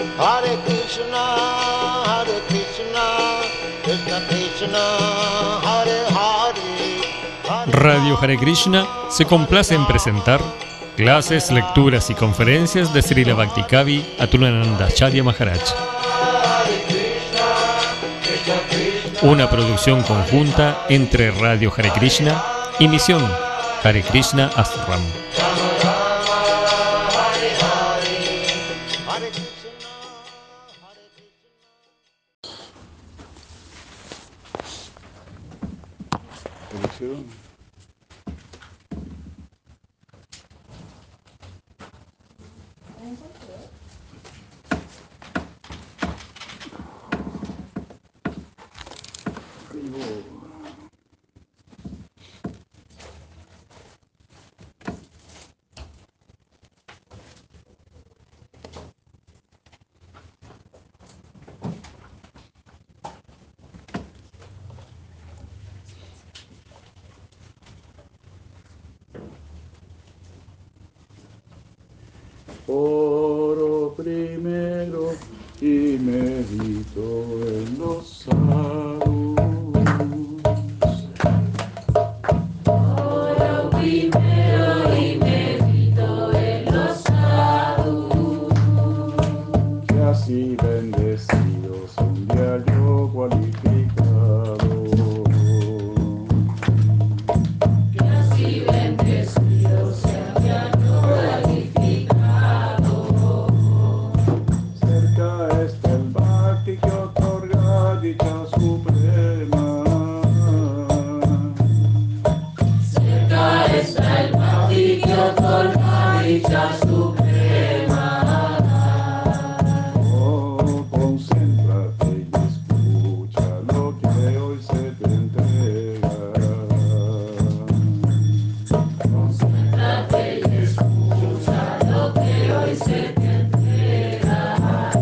Hare Krishna, Krishna Krishna, Hare Hare. Radio Hare Krishna se complace en presentar clases, lecturas y conferencias de Srila Bhaktikavi Atulananda Acharya Maharaj. Una producción conjunta entre Radio Hare Krishna y Misión Hare Krishna Ashram. Oro primero y medito en los sadhus. Oro primero y medito en los sadhus. Que así bendecidos un día yo cualificado. Que así bendecidos sea mi año cualificado. Dicha suprema. Oh, concéntrate y escucha lo que hoy se te entrega. Concéntrate y escucha lo que hoy se te entrega.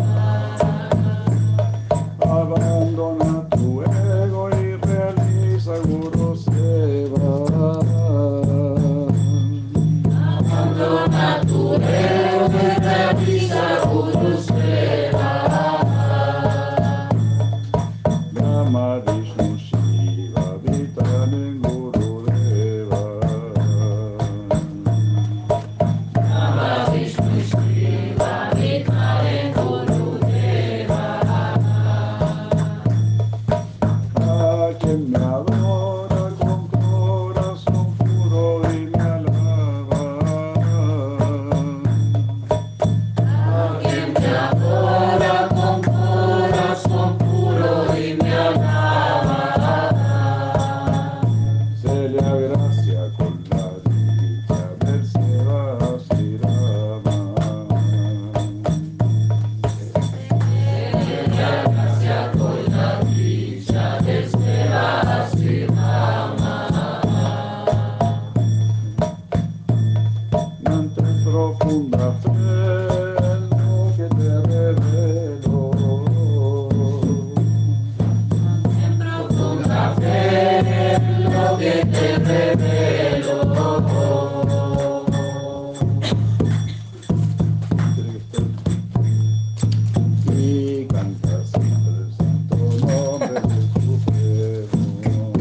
Abandona tu ego y realiza Guru Seva. Abandona tu ego y realiza Guru Seva. Brahma, Vishnu, Shiva habitan en Gurudeva. Brahma, Vishnu y Shiva habitan en Gurudeva. A quien me adora con corazón puro y me alaba. A quien me adora con corazón puro y me alaba. Se le agracia con la dicha del Seva Sri Rama. Gracias por la dicha de Seva Sri Rama. Mantén profunda fe en lo que te revelo. En profunda fe en lo que te revelo. Y canta siempre el santo nombre del Supremo.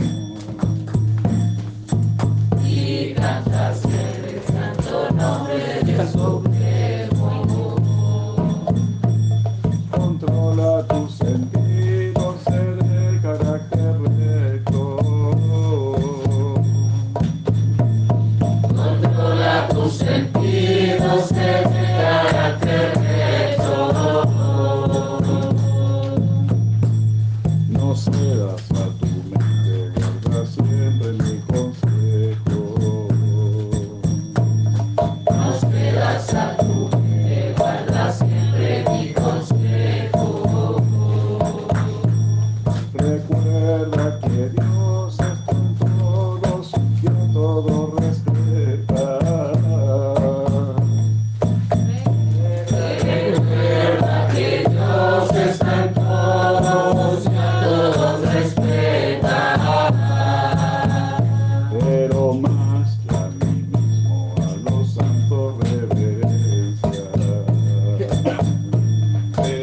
Y canta siempre el santo nombre del Supremo. Controla tus sentidos en el carácter recto. Controla tus sentidos en el carácter recto. No cedas a tu mente, guarda siempre mi consejo. No cedas a tu mente, guarda siempre mi consejo. Recuerda que Dios está en todos y a todo respeta. Recuerda que Dios está en todos y a todos respeta. Pero más que a mí mismo, a los santos reverencia.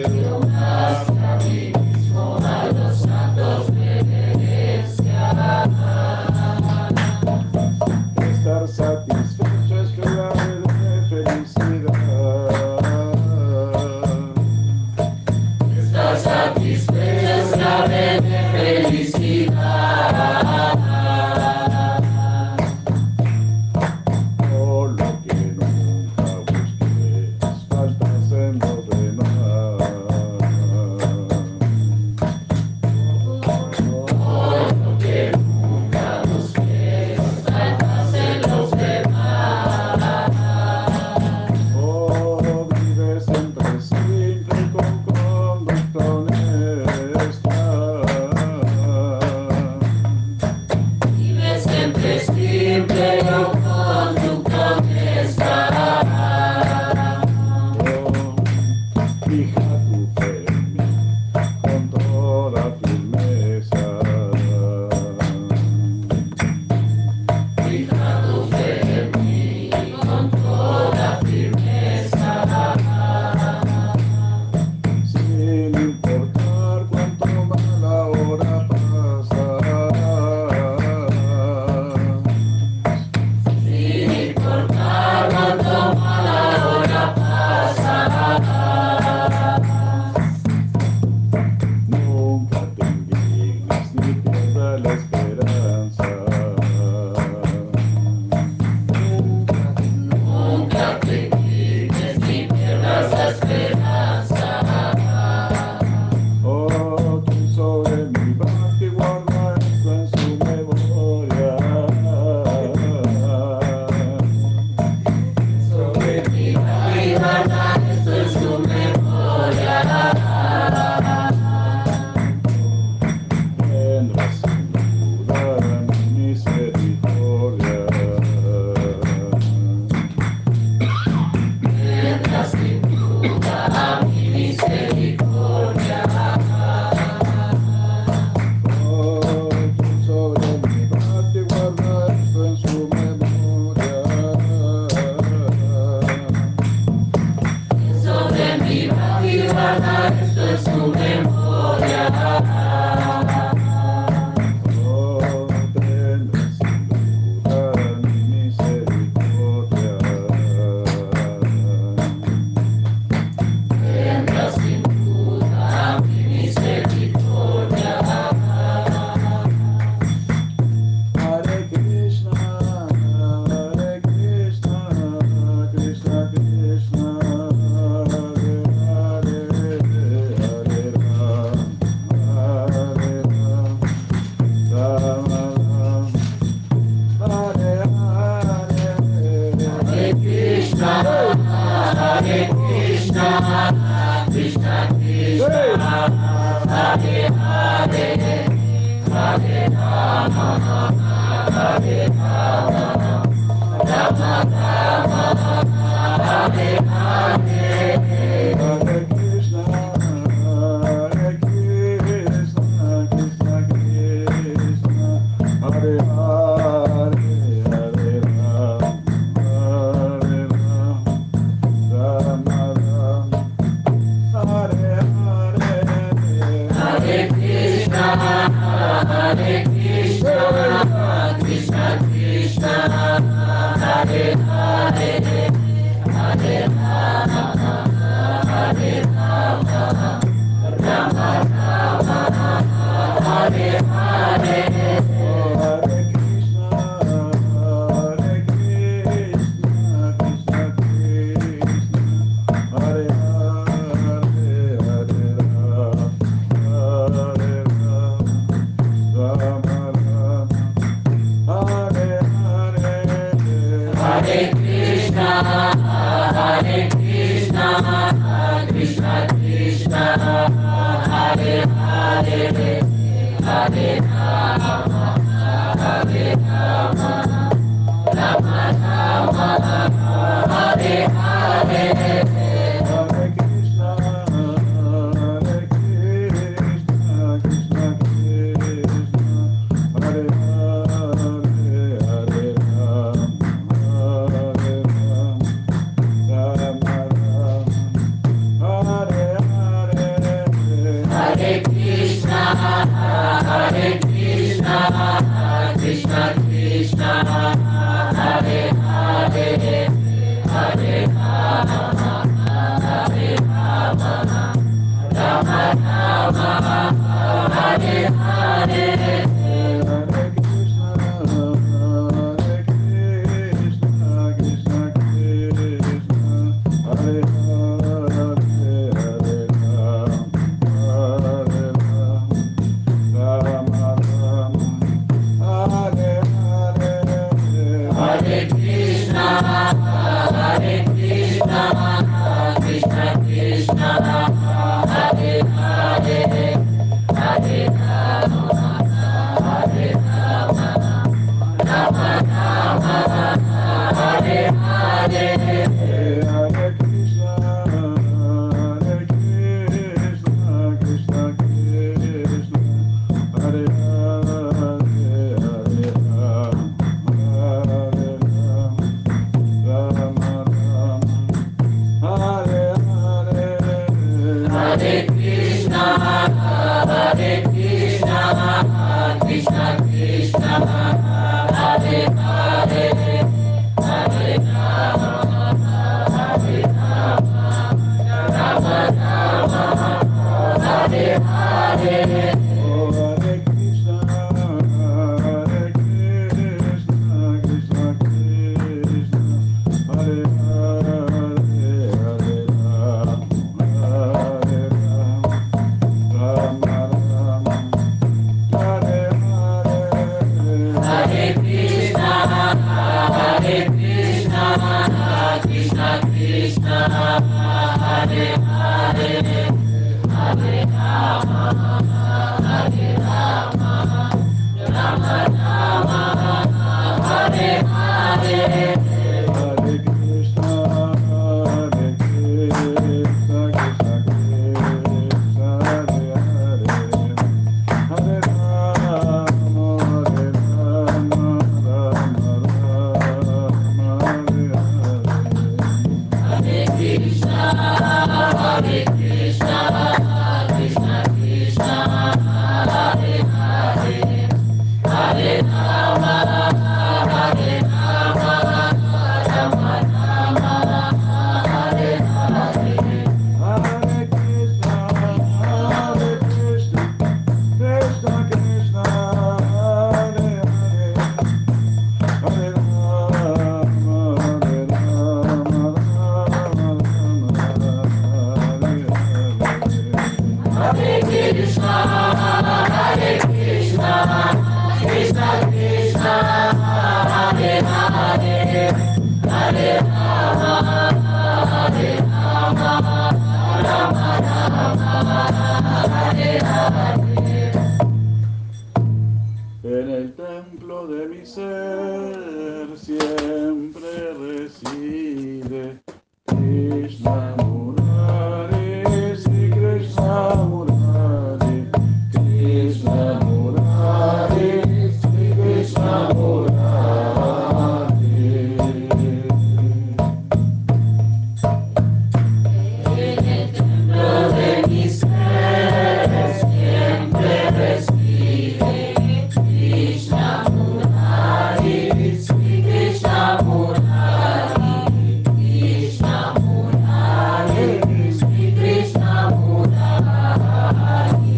falsa esperanza. Oh, quien sobre mi bhakti guarda esto en su memoria. Sobre mi bhakti guarda esto en su memoria. Tendrá sin duda mi misericordia. Tendrá sin duda mi misericordia. Oh, quien sobre mi bhakti guarda esto en su memoria. Sobre mi bhakti guarda esto en su memoria. Oh, tendrá sin duda mi misericordia. Tendrá sin duda mi misericordia. Hare Krishna, Krishna Krishna, Hare Hare, Hare Ram, Hare Ram, Rama Ram, Hare Hare, Hare Krishna, Hare Krishna, Krishna Krishna, Hare Hare, Hare Rama, Hare Rama, Rama Rama, Hare Hare. Hare Krishna, Hare Krishna, Krishna Krishna, Hare Hare, Hare Ram, Hare Ram, Rama Ram, Hare Hare, Hare Krishna, Hare Krishna, Krishna Krishna, Hare Hare, Hare Rama, Hare Rama, Rama Rama, Hare Hare. Oh, Hare Krishna, Hare Krishna, Krishna Krishna, Hare Hare, Hare Ram, Hare Ram, Rama Rama, Hare Hare, Hare Krishna, Hare Krishna, Krishna Krishna, Hare Hare, Hare Rama, Hare Rama, Rama Rama, Hare Hare. Hare Krishna, Hare Krishna, Krishna Krishna, Hare Hare, Hare Ram, Hare Ram, Rama Rama, Hare Hare, Hare Krishna, Hare Krishna, Krishna Krishna, Hare Hare, Hare Rama, Hare Rama, Rama Rama, Hare Hare. Hare Krishna, Hare Krishna, Krishna Krishna, Hare Hare, Hare Ram, Hare Ram, Rama Rama, Hare Hare, Hare Krishna, Hare Krishna, Krishna Krishna, Hare Hare, Hare Rama, Hare Rama, Rama Rama, Hare Hare. Hare Krishna, Hare Krishna, Krishna Krishna, Hare Hare, Hare Ram, Hare Ram, Rama Rama, Hare Hare, Hare Krishna, Hare Krishna, Krishna Krishna, Hare Hare, Hare Rama, Hare Rama, Rama Rama, Hare Hare. Oh, Hare Krishna, Hare Krishna, Krishna Krishna, Hare Hare, Hare Ram, En el templo de mi ser siempre reside Krishna Murari, Sri Krishna Murari, Krishna Murari, Sri Krishna Murari. En el templo de mi ser siempre reside Krishna Murari, Sri Krishna Murari, Krishna Murari, Sri Krishna Murari.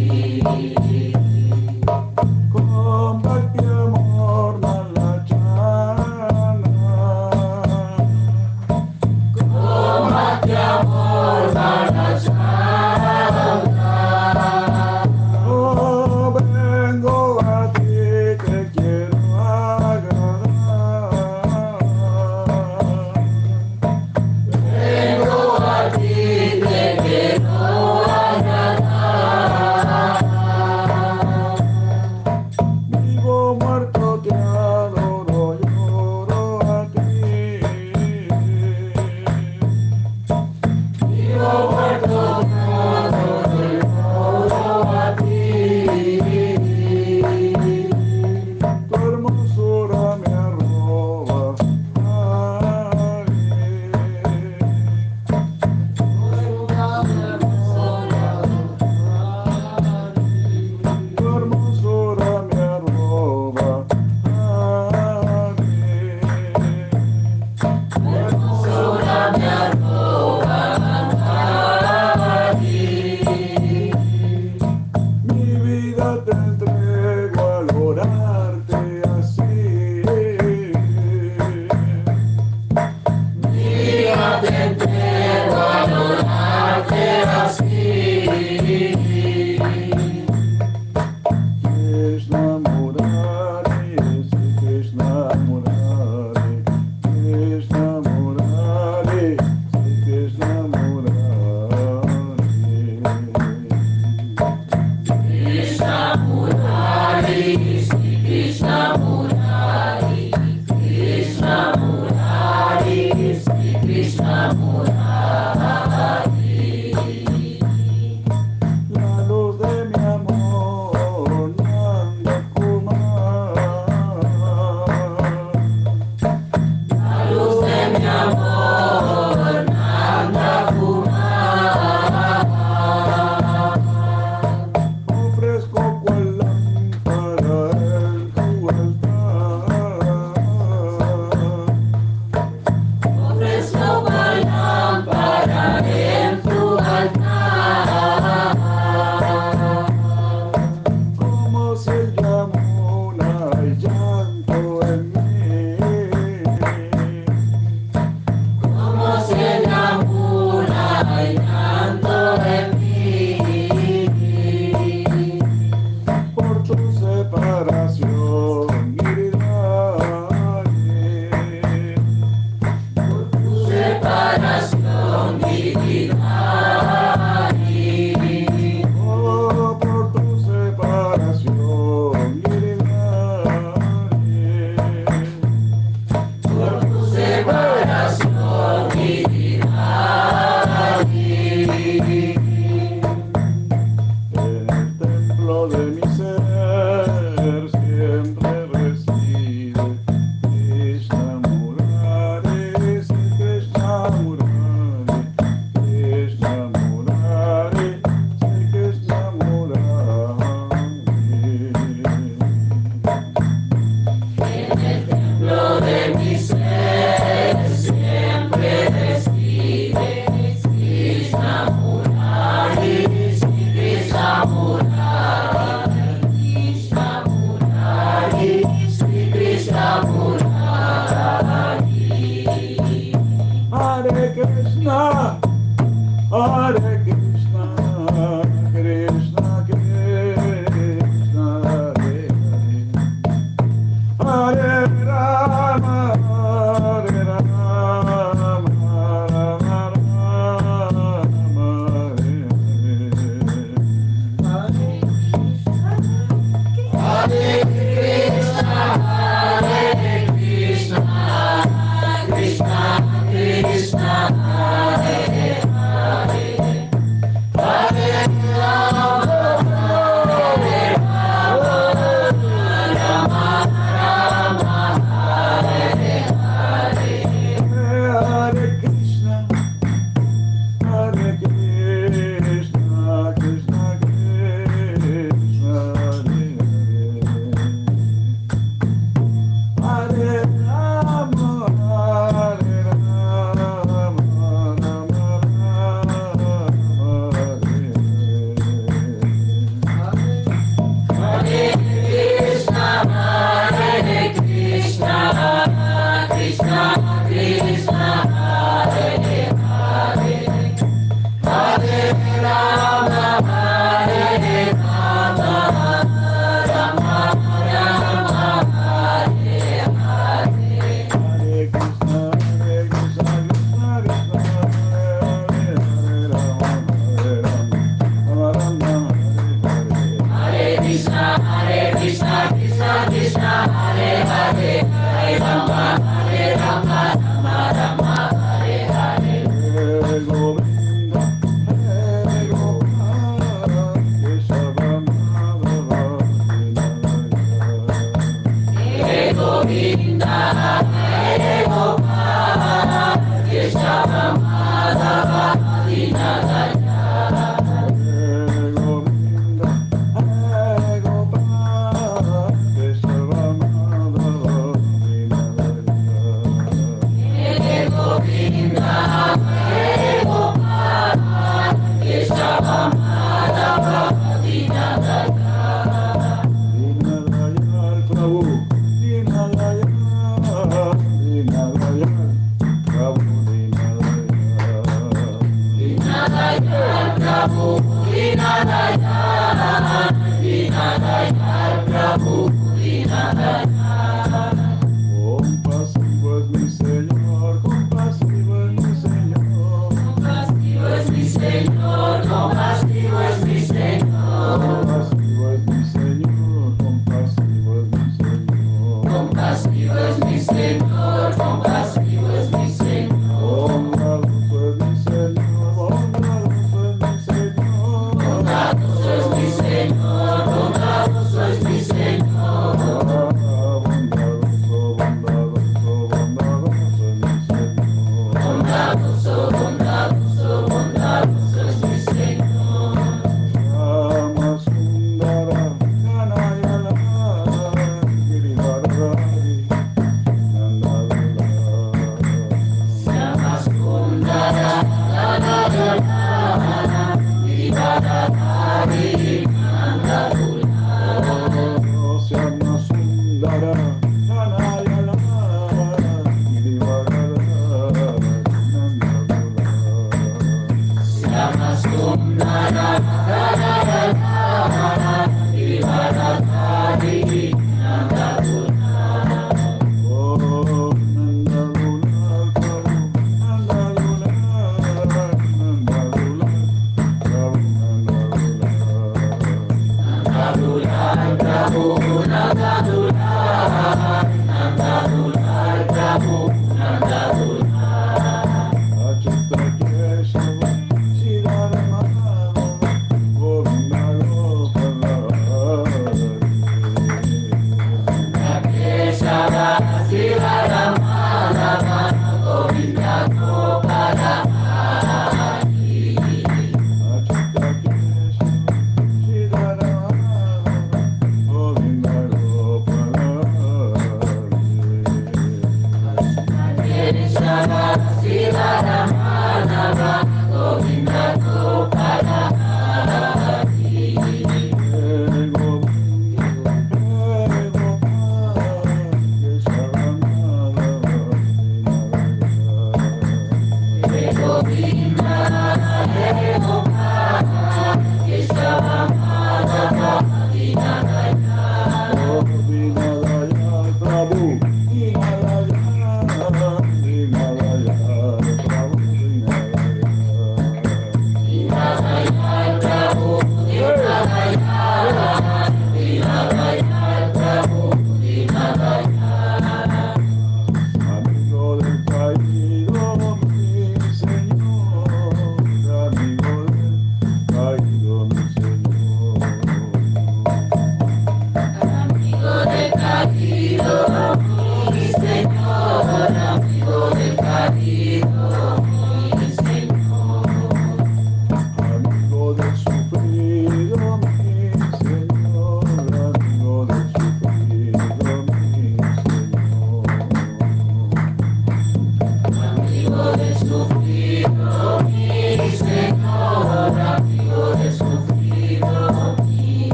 Con bhakti amor malachana, Con bhakti amor manachana, oh, vengo a ti, te quiero agradar. vengo a ti, te quiero agradar. Vivo muerto te adoro, lloro a ti. Vivo muerto, lloro a ti. Tu hermosura me arroba, tu hermosura me arroba, Hermosura me arroba,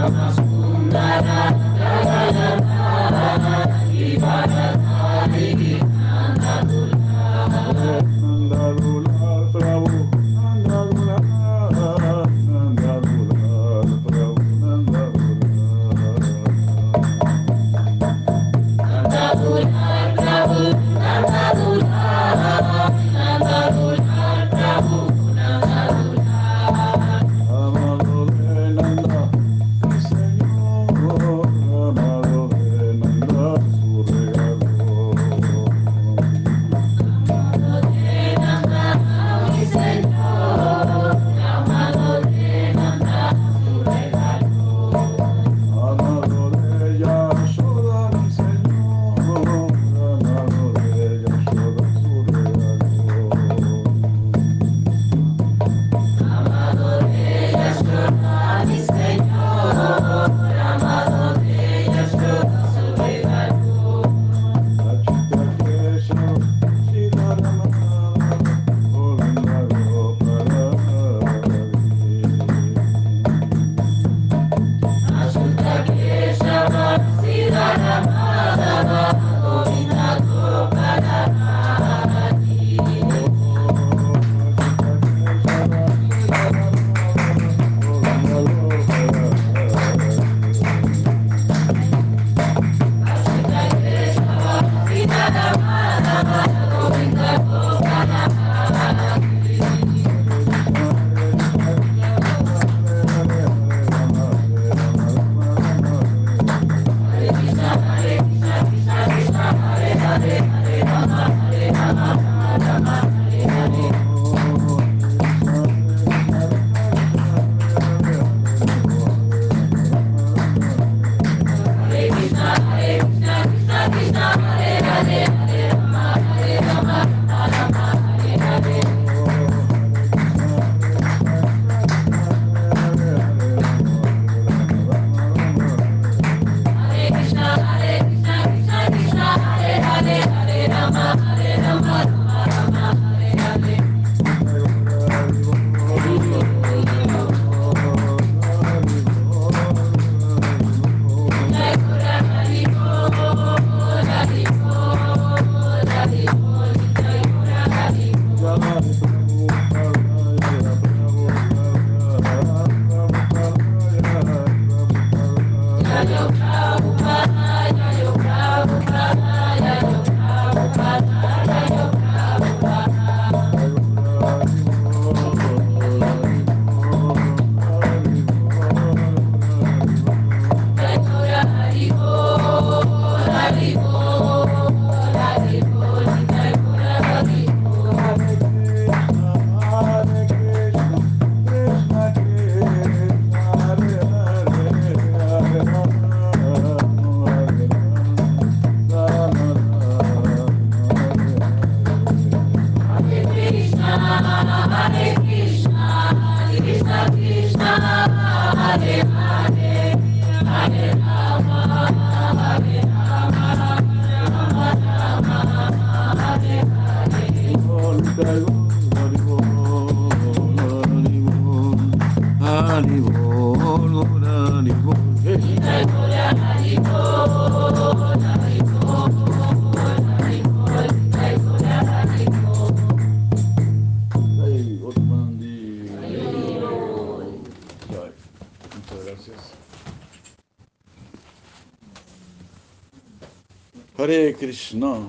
Hare Krishna.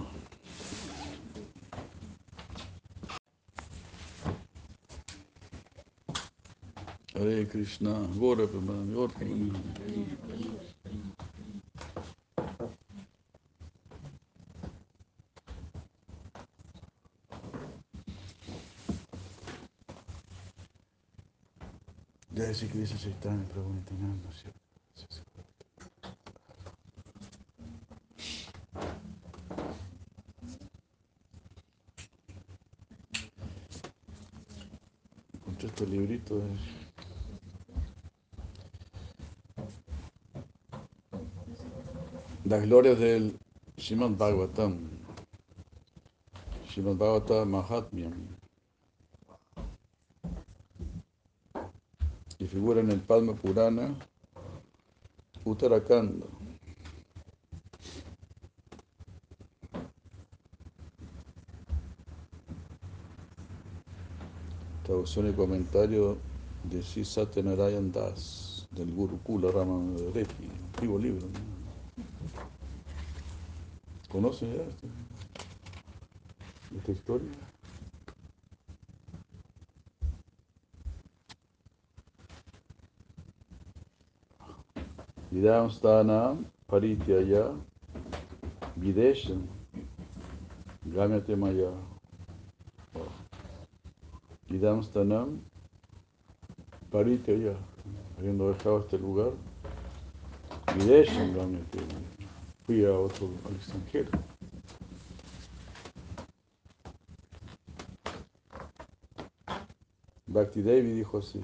Hare Krishna. Gora Premanandi. Gora Premanandi. Jai Sri Krishna Chaitanya Prabhu Nityananda. Encontré este librito de las glorias del Srimad Bhagavatam, Srimad Bhagavatam Mahatmyam, que figura en el Padma Purana Uttarakhand. Traducción y comentario de Sri Satyanarayan Das, del Gurukula Rama Reddy, antiguo libro, ¿no? ¿Conocen ya esta historia? Idam sthanam parityaya videsham gamyate maya. Idam sthanam parityaya, habiendo dejado este lugar, videsham gamyate maya. Fui al extranjero. Bhakti Devi dijo así: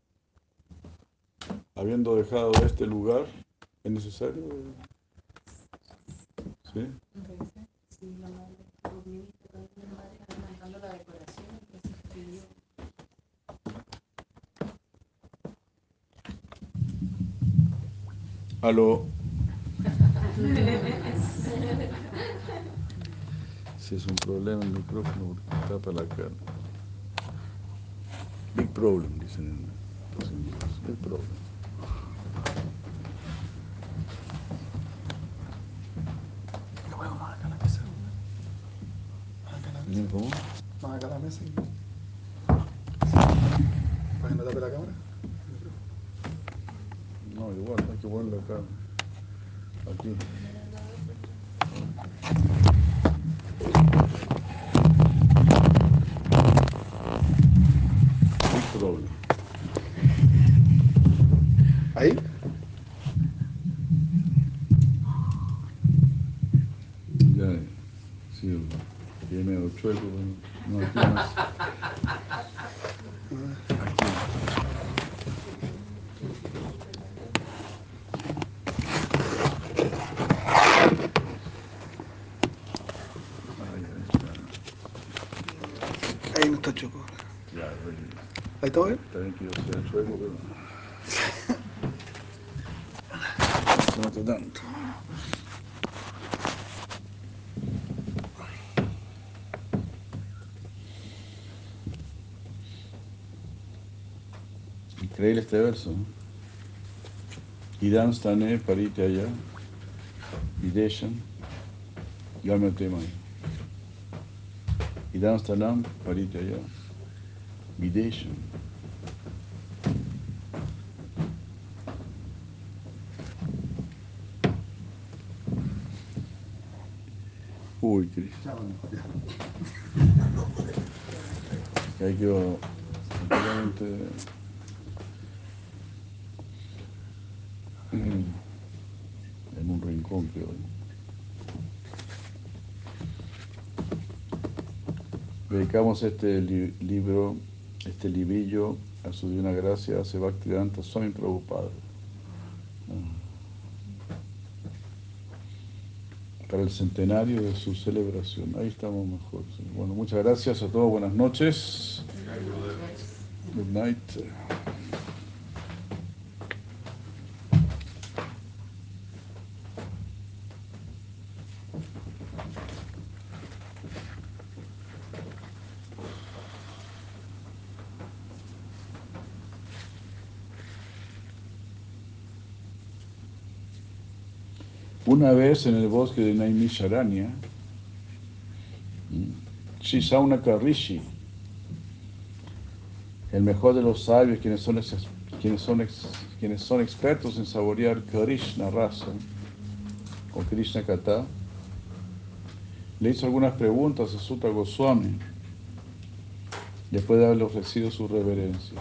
habiendo dejado este lugar, ¿es necesario? ¿Sí? Sí, la madre estuvo bien, pero la madre arrancando la decoración, entonces escribió. Aló. Si es un problema el micrófono porque tapa la cara. Big problem, dicen en los ingleses. Big problem. ¿Cómo? Más acá la mesa. ¿Para que no tape la cámara? No, igual, hay que ponerlo acá. Aquí. Big problem. ¿Ahí? Ya, sí, tiene medio chueco, no, aquí más. Ahí no está choco. Ya, ¿Ahí está bien? está bien que yo sea chueco, pero no hace tanto. Increíble este verso, ¿no? Idam stane parityaya videsham gamyate maya. Idam stanam parityaya videsham. Uy, Cristo. Que ahí quedó completamente en un rincón, creo. Dedicamos este libro, este librillo, a su divina gracia, a Bhaktivedanta Swami Prabhupada. Para el centenario de su celebración. Ahí estamos mejor. Sí. Bueno, muchas gracias a todos. Buenas noches. Good night. Una vez en el bosque de Naimisharanya, Sri Saunaka Rishi, el mejor de los sabios, quienes son expertos en saborear Krishna Rasa o Krishna Katha, le hizo algunas preguntas a Sutta Goswami después de haberle ofrecido sus reverencias.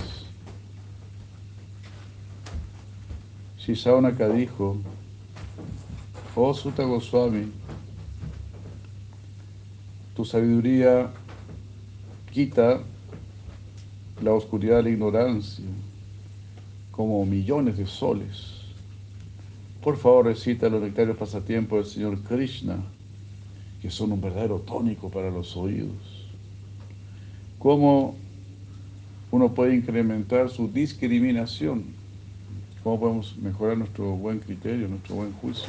Sri Saunaka dijo: oh Sutta Goswami, tu sabiduría quita la oscuridad de la ignorancia como millones de soles. Por favor, recita los nectarios pasatiempos del Señor Krishna, que son un verdadero tónico para los oídos. ¿Cómo uno puede incrementar su discriminación ¿Cómo podemos mejorar nuestro buen criterio, nuestro buen juicio?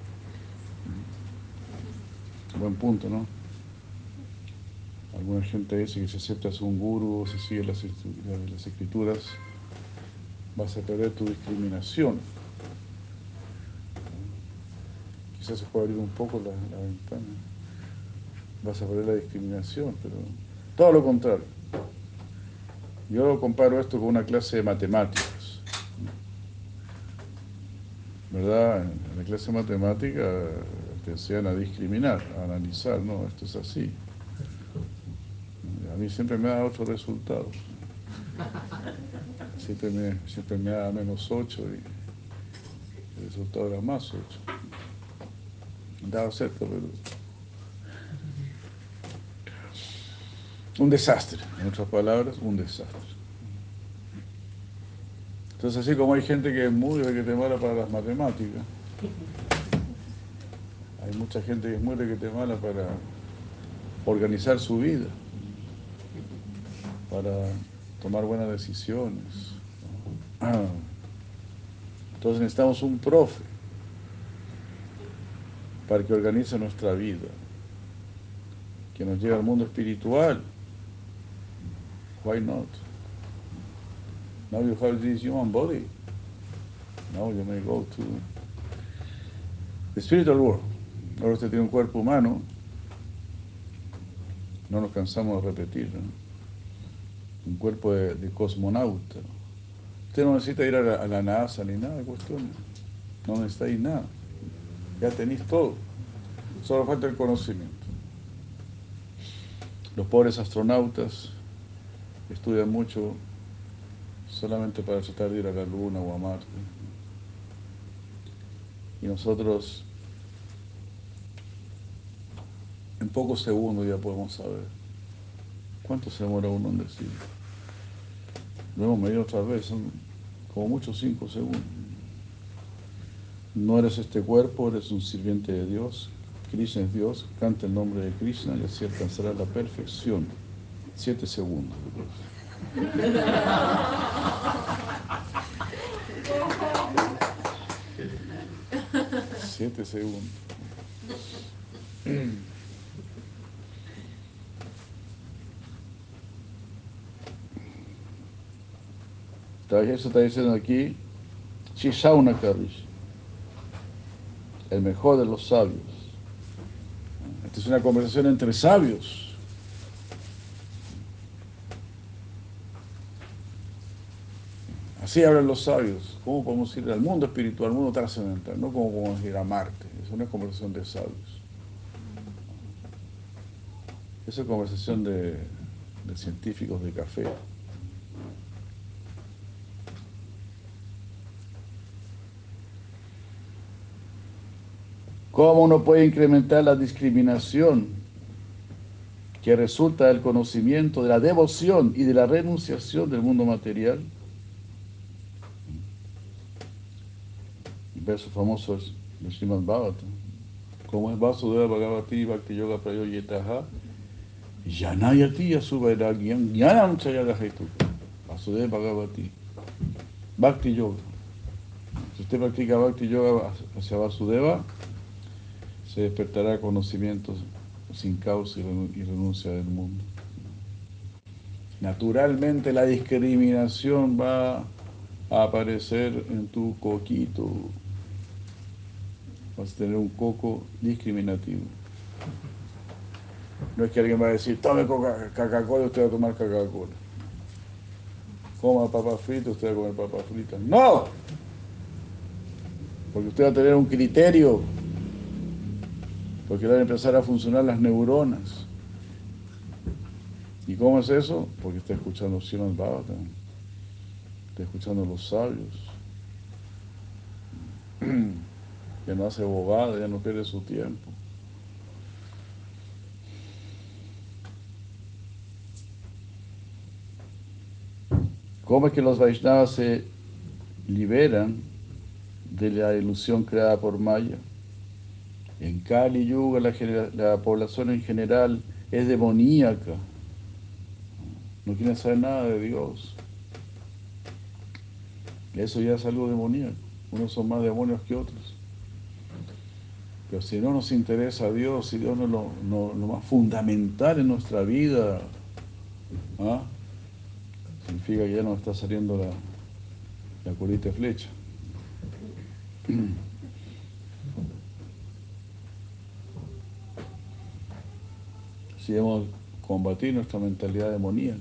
Buen punto, ¿no? Alguna gente dice que si aceptas un gurú, si sigues las escrituras, vas a perder tu discriminación. Quizás se puede abrir un poco la ventana. Vas a perder la discriminación, pero todo lo contrario. Yo comparo esto con una clase de matemáticas. ¿Verdad? En la clase de matemática te enseñan a discriminar, a analizar, no, esto es así. A mí siempre me da otros resultados. Siempre me da -8 y el resultado era +8. Daba cerca, pero... Un desastre, en otras palabras, un desastre. Entonces, así como hay gente que es muy requete mala para las matemáticas, hay mucha gente que es muy requete mala para organizar su vida, para tomar buenas decisiones. Entonces necesitamos un profe para que organice nuestra vida, que nos lleve al mundo espiritual. Why not? Now you have this human body. Now you may go to the spiritual world. Ahora usted tiene un cuerpo humano. No nos cansamos de repetirlo, ¿no? Un cuerpo de cosmonauta. Usted no necesita ir a la NASA ni nada de cuestiones. No necesitáis nada. Ya tenéis todo. Solo falta el conocimiento. Los pobres astronautas estudian mucho solamente para tratar de ir a la Luna o a Marte. Y nosotros en pocos segundos ya podemos saber cuánto se demora uno en decir. Lo hemos medido otra vez, son como mucho 5 segundos. No eres este cuerpo, eres un sirviente de Dios. Krishna es Dios, canta el nombre de Krishna y así alcanzará la perfección. 7 segundos. 7 segundos. Eso está diciendo aquí Shishaunakarish, el mejor de los sabios. Esta es una conversación entre sabios. Así hablan los sabios. ¿Cómo podemos ir al mundo espiritual, al mundo trascendental? No como podemos ir a Marte. Es una conversación de sabios. Es una conversación de científicos de café. ¿Cómo uno puede incrementar la discriminación que resulta del conocimiento, de la devoción y de la renunciación del mundo material? El verso famoso es de Srimad Bhagavatam. ¿Cómo es Vasudeva Bhagavati Bhakti Yoga Prayoyetaha? Yanayati Yasuvairagyam Jnanam Chayadahetu. Vasudeva Bhagavati Bhakti Yoga. Si usted practica Bhakti Yoga hacia Vasudeva, se despertará conocimientos sin causa y renuncia del mundo. Naturalmente la discriminación va a aparecer en tu coquito. Vas a tener un coco discriminativo. No es que alguien va a decir, tome Coca-Cola, usted va a tomar Coca-Cola. Coma papas fritas, usted va a comer papas fritas. ¡No! Porque usted va a tener un criterio. Porque van a empezar a funcionar las neuronas. ¿Y cómo es eso? Porque está escuchando Srimad Bhagavatam, está escuchando a los sabios. Ya no hace bobada, ya no pierde su tiempo. ¿Cómo es que los Vaishnavas se liberan de la ilusión creada por Maya? En Kali Yuga la población en general es demoníaca. No quieren saber nada de Dios. Eso ya es algo demoníaco. Unos son más demonios que otros. Pero si no nos interesa a Dios, si Dios no es lo más fundamental en nuestra vida, ¿ah? Significa que ya nos está saliendo la colita de flecha. Si debemos combatir nuestra mentalidad demoníaca.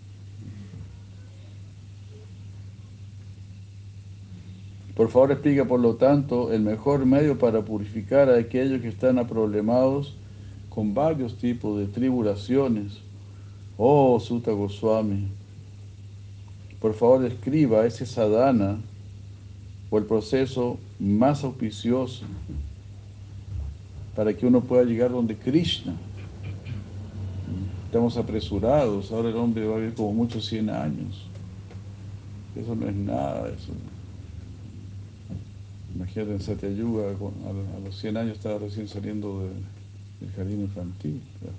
Por favor, explica, por lo tanto, el mejor medio para purificar a aquellos que están aproblemados con varios tipos de tribulaciones. Oh, Sutta Goswami, por favor, escriba ese sadhana o el proceso más auspicioso para que uno pueda llegar donde Krishna. Estamos apresurados, ahora el hombre va a vivir como muchos 100 años. Eso no es nada, eso. Imagínate en Satyayuga, a los 100 años estaba recién saliendo del jardín infantil.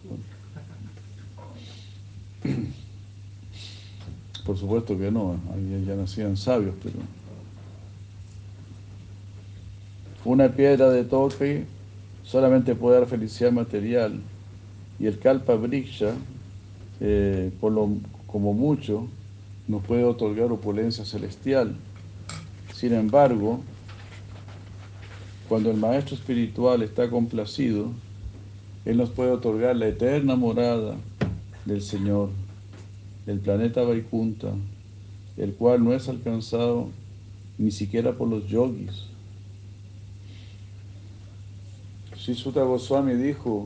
Por supuesto que no, ahí ya nacían sabios, pero una piedra de toque solamente puede dar felicidad material, y el Kalpa Vriksha, como mucho, nos puede otorgar opulencia celestial. Sin embargo, cuando el maestro espiritual está complacido, él nos puede otorgar la eterna morada del Señor, el planeta Vaikunta, el cual no es alcanzado ni siquiera por los yogis. Sri Sutta Goswami dijo: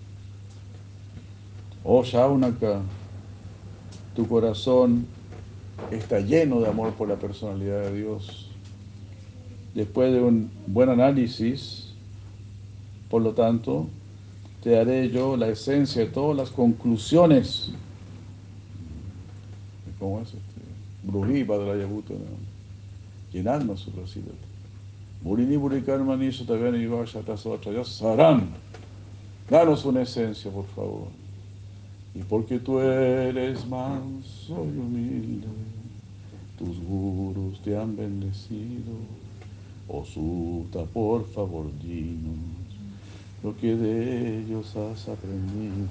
oh Shaunaka, tu corazón está lleno de amor por la personalidad de Dios. Después de un buen análisis, por lo tanto, te daré yo la esencia de todas las conclusiones. ¿Cómo es? Bruji Padraya Bhutana, llenarnos su residuo. Burini Burikarmani Sutaveni Vivashatasvatra Saram. Danos una esencia, por favor. Y porque tú eres manso y humilde, tus gurus te han bendecido. Oh Sutta, por favor, dinos lo que de ellos has aprendido.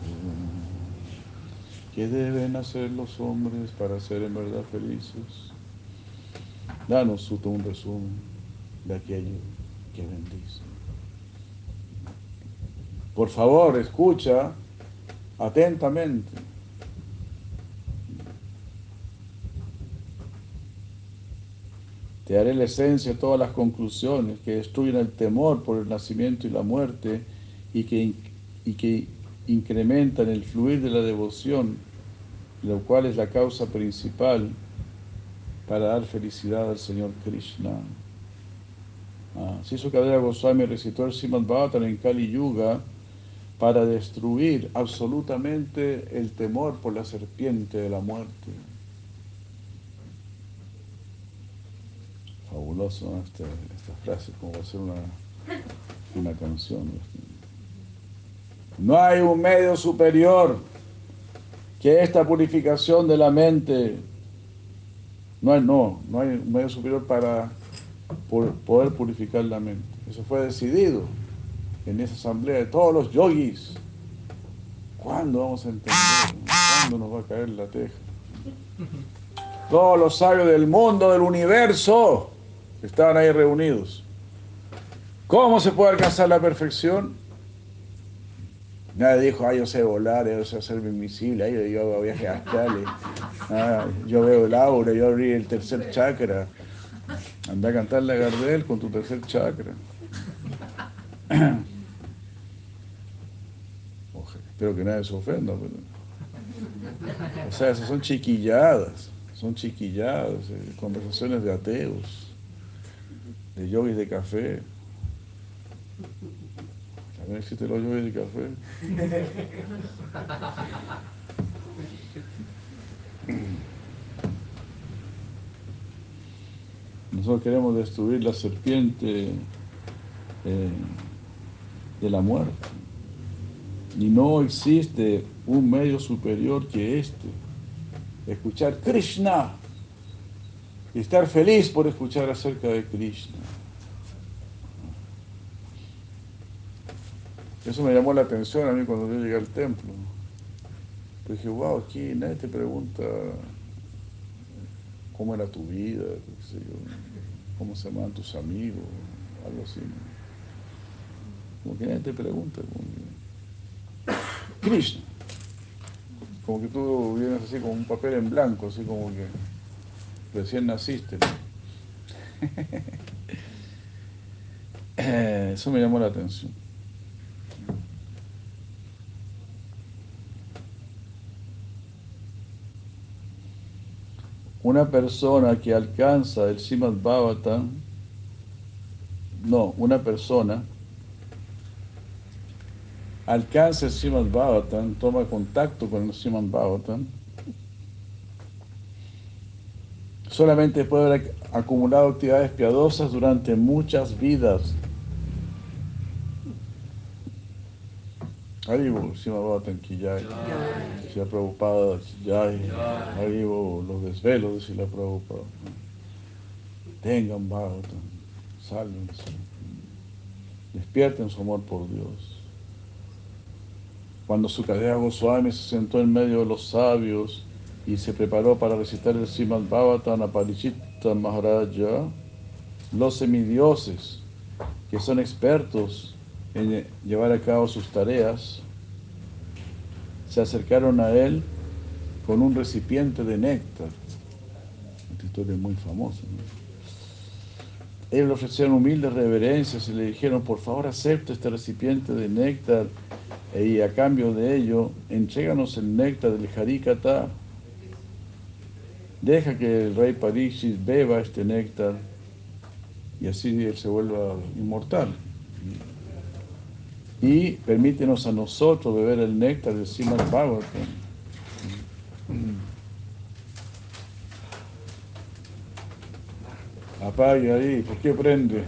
¿Qué deben hacer los hombres para ser en verdad felices? Danos, Sutta, un resumen de aquello que bendice. Por favor, escucha atentamente. Te daré la esencia de todas las conclusiones que destruyen el temor por el nacimiento y la muerte y que incrementan el fluir de la devoción, lo cual es la causa principal para dar felicidad al Señor Krishna. Sri Sukadeva Goswami recitó el Srimad Bhagavatam en Kali Yuga para destruir absolutamente el temor por la serpiente de la muerte. Fabuloso, ¿no? Esta frase, como va a ser una canción. No hay un medio superior que esta purificación de la mente. No hay un medio superior para poder purificar la mente. Eso fue decidido en esa asamblea de todos los yogis. ¿Cuándo vamos a entender? ¿Cuándo nos va a caer la teja? Todos los sabios del mundo, del universo, estaban ahí reunidos. ¿Cómo se puede alcanzar la perfección? Nadie dijo: yo sé volar, yo sé hacerme invisible, yo hago viajes astrales, yo veo el aura, yo abrí el tercer chakra. Anda a cantar la Gardel con tu tercer chakra. Espero que nadie se ofenda, pero... O sea, esas son chiquilladas, conversaciones de ateos, de yogis de café. ¿También existen los yogis de café? Nosotros queremos destruir la serpiente de la muerte. Y no existe un medio superior que este. Escuchar Krishna. y estar feliz por escuchar acerca de Krishna. Eso me llamó la atención a mí cuando yo llegué al templo. Yo dije, wow, aquí nadie te pregunta cómo era tu vida, qué sé yo, cómo se llamaban tus amigos, algo así, ¿no? Como que nadie te pregunta, como que Krishna. Como que tú vienes así con un papel en blanco, así como que recién naciste, ¿no? Eso me llamó la atención. Una persona que alcanza el Srimad Bhagavatam, una persona alcanza el Srimad Bhagavatam, toma contacto con el Srimad Bhagavatam, solamente puede haber acumulado actividades piadosas durante muchas vidas. Haribo, Srimad Bhagavatam ki jai, Srila Prabhupada ki jai, Haribo, los desvelos de Srila Prabhupada. Tengan Bhagavatam, sálvense, despierten su amor por Dios. Cuando Sukadeva Goswami se sentó en medio de los sabios y se preparó para recitar el Srimad Bhagavatam a Parishita Maharaja, los semidioses, que son expertos en llevar a cabo sus tareas, se acercaron a él con un recipiente de néctar. Esta historia es muy famosa, ¿no? Ellos le ofrecieron humildes reverencias y le dijeron, por favor acepta este recipiente de néctar y a cambio de ello, entréganos el néctar del Harikata. Deja que el rey Parikshit beba este néctar y así él se vuelva inmortal. Y permítenos a nosotros beber el néctar del Srimad Bhagavatam. Apague ahí, ¿por qué prende?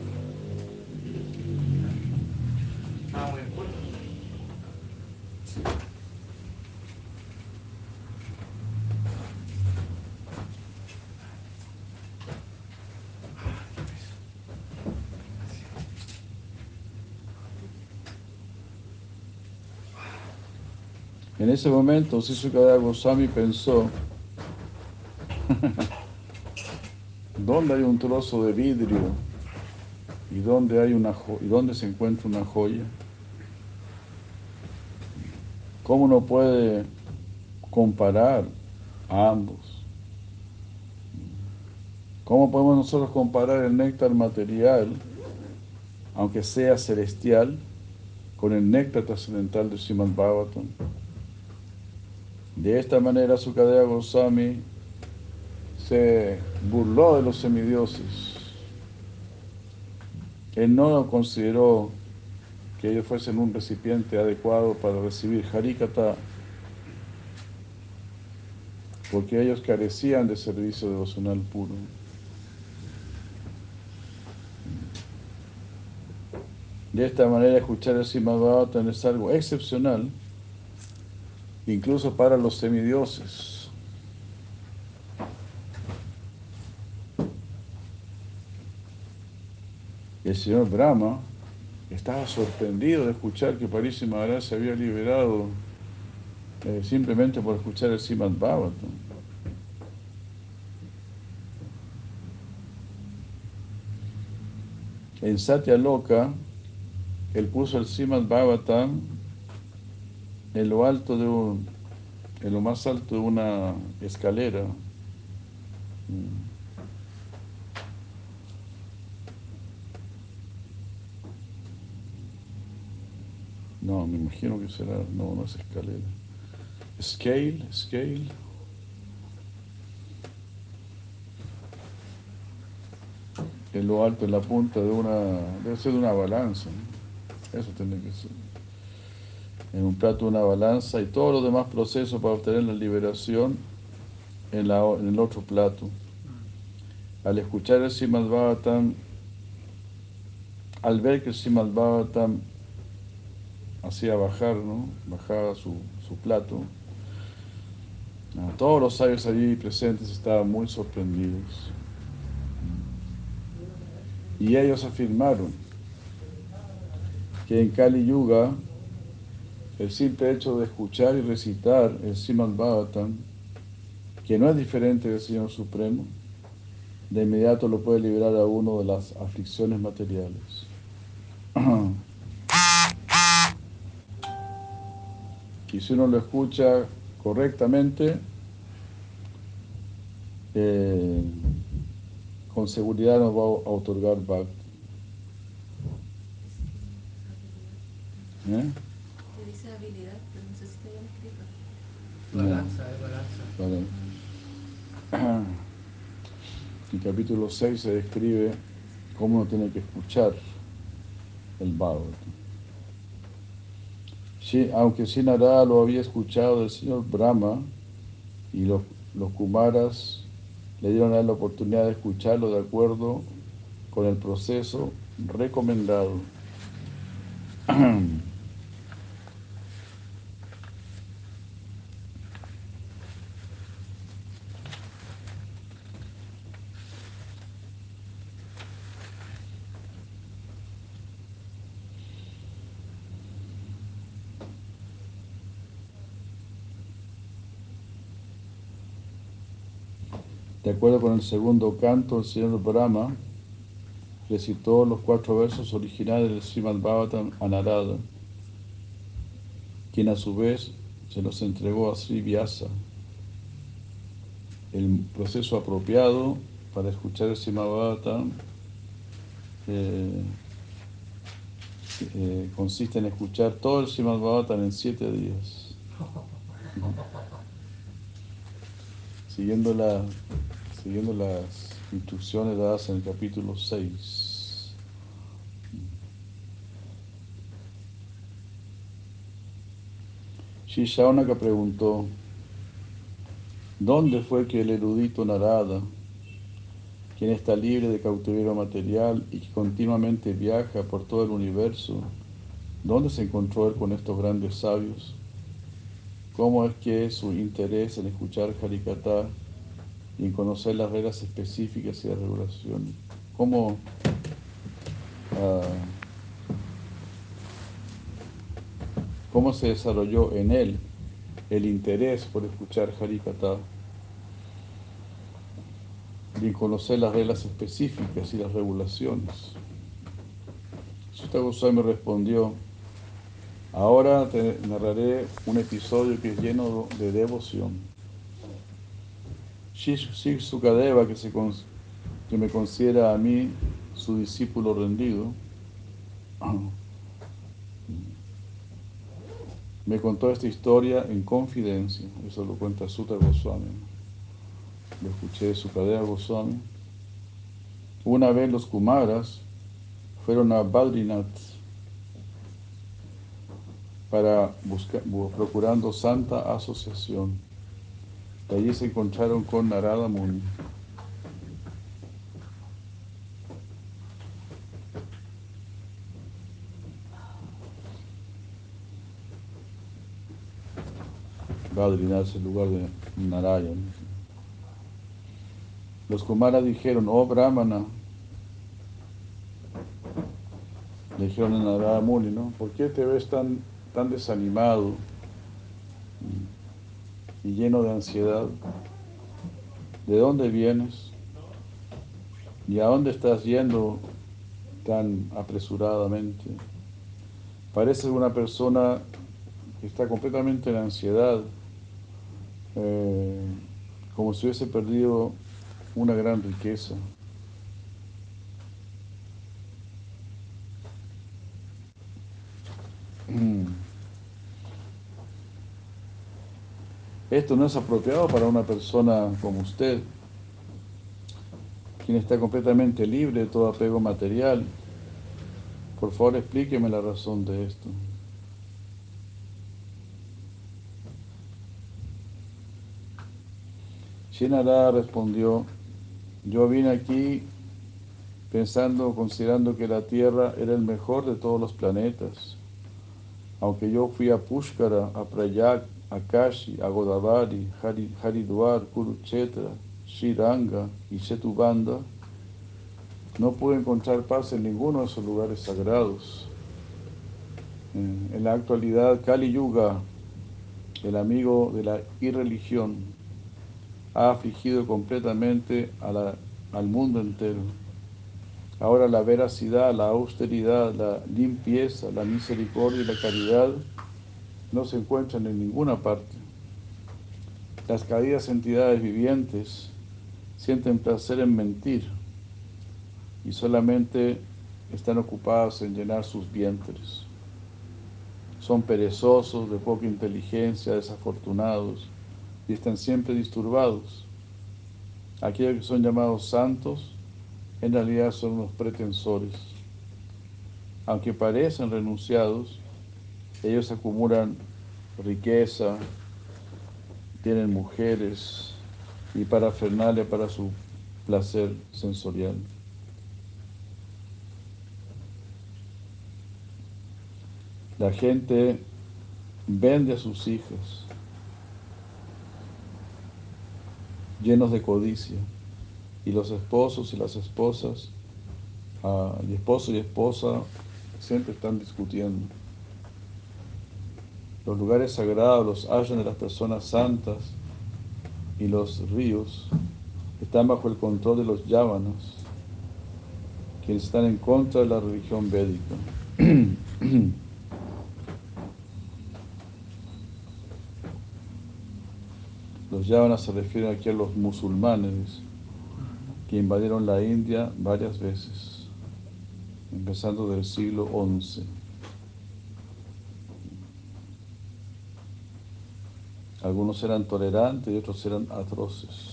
En ese momento, Sri Sukadeva Goswami pensó, ¿dónde hay un trozo de vidrio y dónde hay y dónde se encuentra una joya? ¿Cómo uno puede comparar a ambos? ¿Cómo podemos nosotros comparar el néctar material, aunque sea celestial, con el néctar trascendental de Srimad Bhagavatam? De esta manera Sukadeva Goswami se burló de los semidioses. Él no consideró que ellos fuesen un recipiente adecuado para recibir Harikata, porque ellos carecían de servicio devocional puro. De esta manera, escuchar el Srimad Bhagavatam es algo excepcional, incluso para los semidioses. El señor Brahma estaba sorprendido de escuchar que Parikshit Maharaj se había liberado simplemente por escuchar el Srimad Bhagavatam. En Satya Loka, él puso el Srimad Bhagavatam en lo más alto de una escalera. No, me imagino que será, no es escalera. Scale. En lo alto, en la punta debe ser de una balanza, ¿no? Eso tiene que ser. En un plato una balanza y todos los demás procesos para obtener la liberación en el otro plato. Al escuchar el Srimad Bhagavatam, al ver que el Srimad Bhagavatam hacía bajar, ¿no? Bajaba su plato, Todos los sabios allí presentes estaban muy sorprendidos. Y ellos afirmaron que en Kali Yuga el simple hecho de escuchar y recitar el Srimad Bhagavatam, que no es diferente del Señor Supremo, de inmediato lo puede liberar a uno de las aflicciones materiales. Y si uno lo escucha correctamente, con seguridad nos va a otorgar Bhakti. Que dice habilidad, pero no sé si está bien escrito. Balanza, de balanza. Vale. En el capítulo 6 se describe cómo uno tiene que escuchar el Bhagavatam. Sí, aunque Sinara lo había escuchado del señor Brahma y los Kumaras le dieron a él la oportunidad de escucharlo de acuerdo con el proceso recomendado. De acuerdo con el segundo canto, el señor Brahma recitó los 4 versos originales del Srimad Bhagavatam a Narada, quien a su vez se los entregó a Sri Vyasa. El proceso apropiado para escuchar el Srimad Bhagavatam consiste en escuchar todo el Srimad Bhagavatam en 7 días, siguiendo las instrucciones dadas en el capítulo 6. Shri Shaunaka preguntó: ¿dónde fue que el erudito Narada, quien está libre de cautiverio material y que continuamente viaja por todo el universo, dónde se encontró él con estos grandes sabios? ¿Cómo es que su interés en escuchar Harikatha y en conocer las reglas específicas y las regulaciones, cómo se desarrolló en él el interés por escuchar Harikatha y en conocer las reglas específicas y las regulaciones? Sutta Goswami respondió: ahora te narraré un episodio que es lleno de devoción. Shri Sukadeva, que me considera a mí su discípulo rendido, me contó esta historia en confidencia. Eso lo cuenta Sutta Goswami. Lo escuché de Sukadeva Goswami. Una vez los Kumaras fueron a Badrinath procurando santa asociación. De allí se encontraron con Narada Muni. Badrinath es el lugar de Narayana. Los Kumaras dijeron: oh Brahmana, le dijeron a Narada Muni, ¿no? ¿Por qué te ves tan desanimado y lleno de ansiedad? ¿De dónde vienes? ¿Y a dónde estás yendo tan apresuradamente? Pareces una persona que está completamente en ansiedad, como si hubiese perdido una gran riqueza. Esto no es apropiado para una persona como usted, quien está completamente libre de todo apego material. Por favor, explíqueme la razón de esto. Shri Narada respondió: yo vine aquí considerando que la Tierra era el mejor de todos los planetas. Aunque yo fui a Pushkara, a Prayag Akashi, Agodavari, Haridwar, Kurukshetra, Sriranga y Setubanda, no pude encontrar paz en ninguno de esos lugares sagrados. En la actualidad, Kali Yuga, el amigo de la irreligión, ha afligido completamente al mundo entero. Ahora la veracidad, la austeridad, la limpieza, la misericordia y la caridad no se encuentran en ninguna parte. Las caídas entidades vivientes sienten placer en mentir y solamente están ocupados en llenar sus vientres. Son perezosos, de poca inteligencia, desafortunados y están siempre disturbados. Aquellos que son llamados santos en realidad son unos pretensores. Aunque parecen renunciados, ellos acumulan riqueza, tienen mujeres y parafernalia para su placer sensorial. La gente vende a sus hijas llenos de codicia, y los esposos y las esposas, y esposo y esposa, siempre están discutiendo. Los lugares sagrados, los ashram de las personas santas y los ríos están bajo el control de los yávanas, quienes están en contra de la religión védica. Los yávanas se refieren aquí a los musulmanes que invadieron la India varias veces, empezando del siglo XI. Algunos eran tolerantes y otros eran atroces.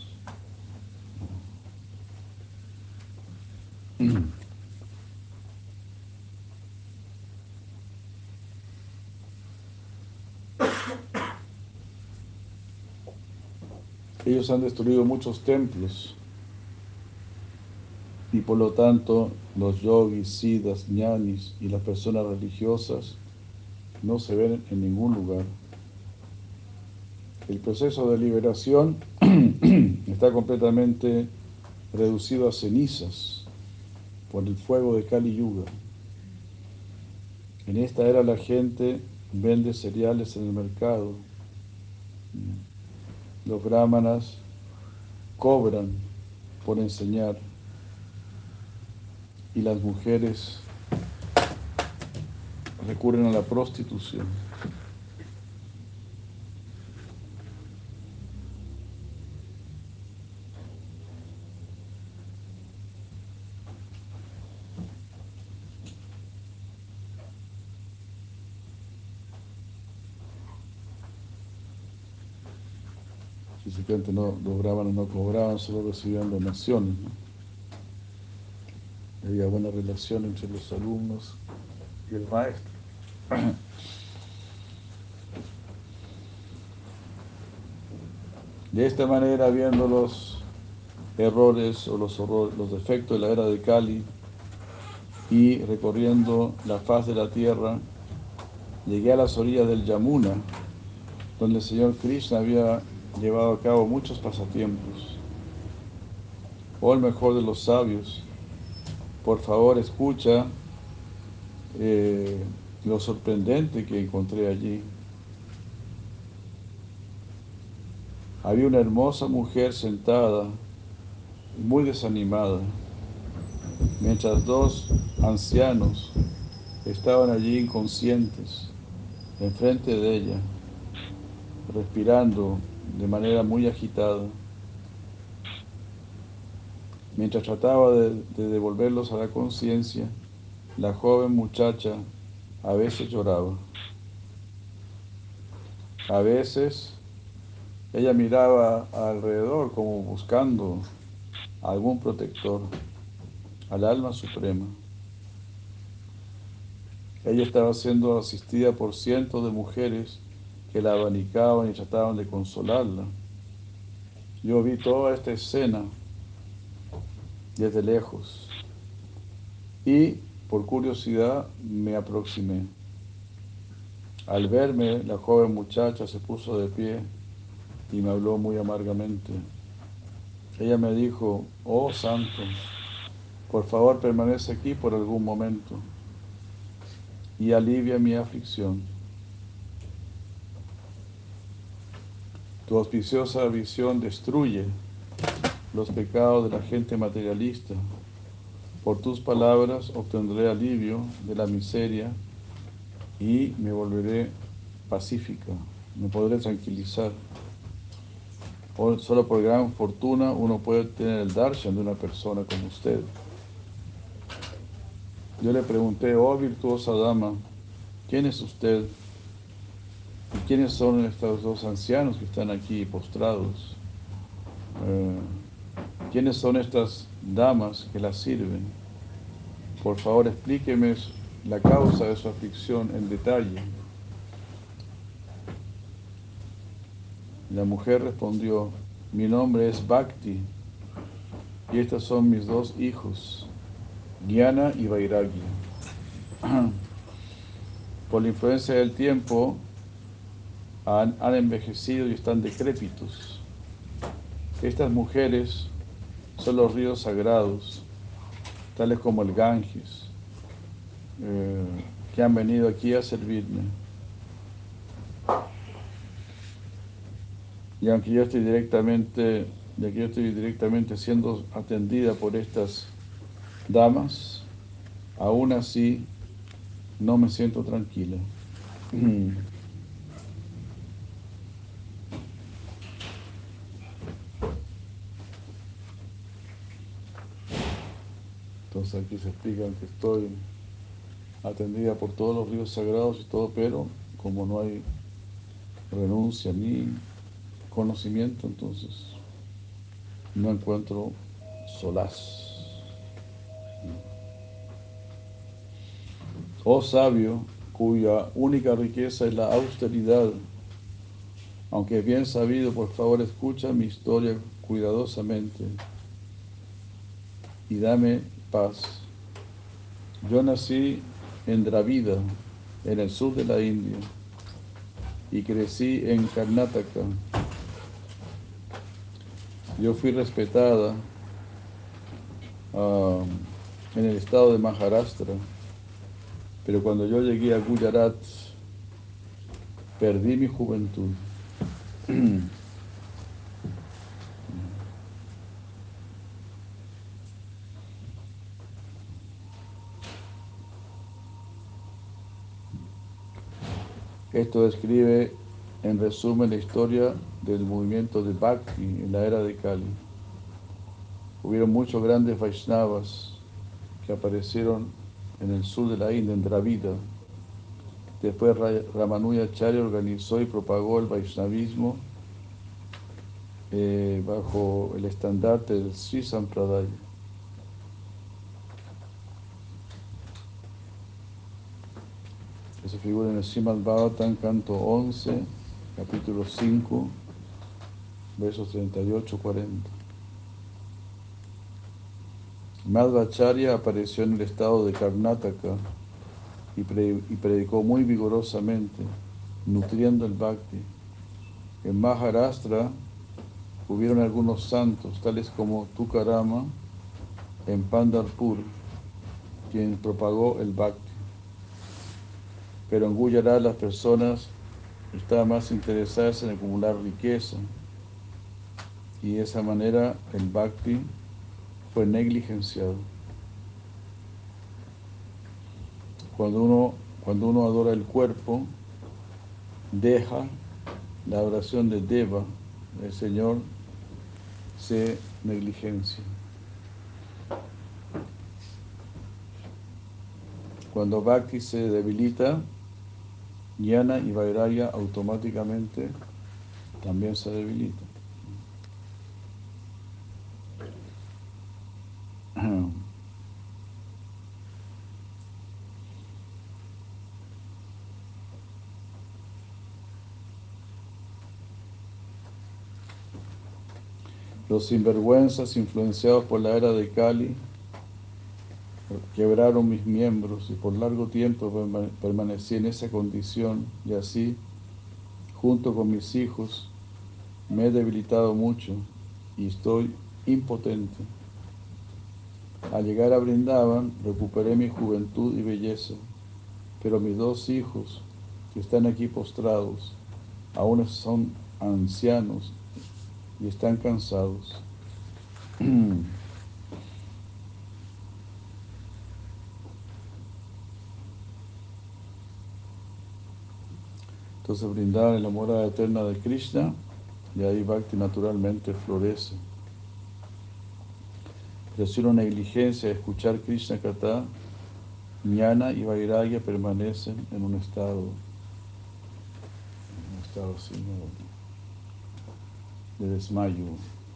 Ellos han destruido muchos templos y por lo tanto los yogis, siddhas, ñanis y las personas religiosas no se ven en ningún lugar. El proceso de liberación está completamente reducido a cenizas por el fuego de Kali Yuga. En esta era la gente vende cereales en el mercado. Los brahmanas cobran por enseñar y las mujeres recurren a la prostitución. Físicamente los brahmanas no cobraban, solo recibían donaciones, ¿no? Había buena relación entre los alumnos y el maestro. De esta manera, viendo los errores o los defectos de la era de Kali y recorriendo la faz de la tierra, llegué a las orillas del Yamuna, donde el Señor Krishna había llevado a cabo muchos pasatiempos. Oh, el mejor de los sabios, por favor escucha lo sorprendente que encontré allí. Había una hermosa mujer sentada, muy desanimada, mientras dos ancianos estaban allí inconscientes, enfrente de ella, respirando de manera muy agitada. Mientras trataba de devolverlos a la conciencia, la joven muchacha a veces lloraba. A veces ella miraba alrededor como buscando a algún protector, al alma suprema. Ella estaba siendo asistida por cientos de mujeres que la abanicaban y trataban de consolarla. Yo vi toda esta escena desde lejos y por curiosidad me aproximé. Al verme, la joven muchacha se puso de pie y me habló muy amargamente. Ella me dijo: oh santo, por favor permanece aquí por algún momento y alivia mi aflicción. Tu auspiciosa visión destruye los pecados de la gente materialista. Por tus palabras obtendré alivio de la miseria y me volveré pacífica, me podré tranquilizar. Solo por gran fortuna uno puede tener el darshan de una persona como usted. Yo le pregunté: oh virtuosa dama, ¿quién es usted? ¿Y quiénes son estos dos ancianos que están aquí postrados? ¿Quiénes son estas damas que la sirven? Por favor, explíqueme la causa de su aflicción en detalle. La mujer respondió: mi nombre es Bhakti y estos son mis dos hijos, Jnana y Vairagya. Por la influencia del tiempo han envejecido y están decrépitos. Estas mujeres son los ríos sagrados, tales como el Ganges, que han venido aquí a servirme. Y aunque yo estoy directamente siendo atendida por estas damas, aún así no me siento tranquila. Entonces aquí se explican que estoy atendida por todos los ríos sagrados y todo, pero como no hay renuncia ni conocimiento, entonces no encuentro solaz. Oh sabio, cuya única riqueza es la austeridad, aunque es bien sabido, por favor escucha mi historia cuidadosamente y dame paz. Yo nací en Dravida, en el sur de la India, y crecí en Karnataka. Yo fui respetada en el estado de Maharashtra, pero cuando yo llegué a Gujarat, perdí mi juventud. Esto describe en resumen la historia del movimiento de Bhakti en la era de Kali. Hubieron muchos grandes Vaishnavas que aparecieron en el sur de la India, en Dravida. Después Ramanujacharya organizó y propagó el Vaishnavismo bajo el estandarte del Sri Sampradaya. Eso figura en el Srimad Bhagavatam, canto 11, capítulo 5, versos 38-40. Madhvacharya apareció en el estado de Karnataka y predicó muy vigorosamente, nutriendo el Bhakti. En Maharashtra hubieron algunos santos, tales como Tukarama en Pandharpur, quien propagó el Bhakti. Pero en Gujarat las personas estaban más interesadas en acumular riqueza y de esa manera el Bhakti fue negligenciado. Cuando uno adora el cuerpo, deja la adoración de Deva, el Señor, se negligencia. Cuando Bhakti se debilita, Jnana y Vairagya automáticamente también se debilitan. Los sinvergüenzas influenciados por la era de Kali quebraron mis miembros y por largo tiempo permanecí en esa condición y así, junto con mis hijos, me he debilitado mucho y estoy impotente. Al llegar a Vrindavan, recuperé mi juventud y belleza, pero mis dos hijos, que están aquí postrados, aún son ancianos y están cansados. Entonces Vrindavan es la morada eterna de Krishna y ahí Bhakti naturalmente florece. Pero si una negligencia de escuchar Krishna Katha, Jnana y Vairagya permanecen en un estado así, ¿no?, de desmayo,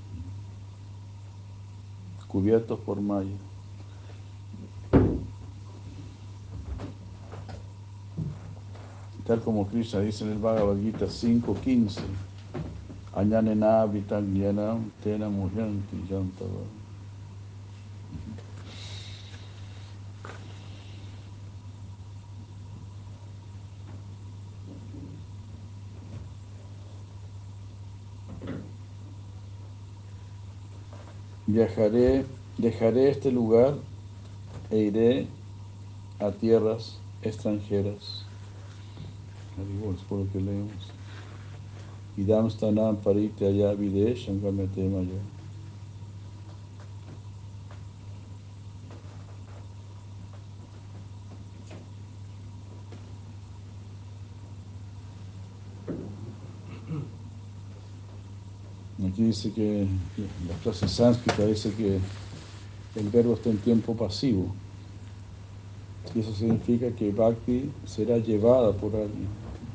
cubiertos por Maya. Tal como Krishna dice en el Bhagavad Gita 5.15, Añanena vitam jnanam tena muhyanti yantava. Dejaré este lugar e iré a tierras extranjeras. Es por lo que leemos. Idam stanam parityaya videsham gamete maya. Aquí dice que la frase sánscrita dice que el verbo está en tiempo pasivo. Y eso significa que Bhakti será llevada por alguien.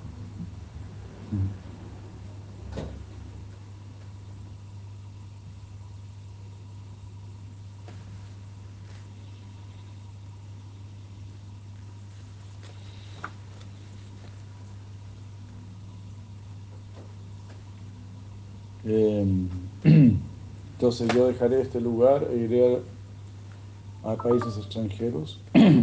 Entonces yo dejaré este lugar e iré a países extranjeros,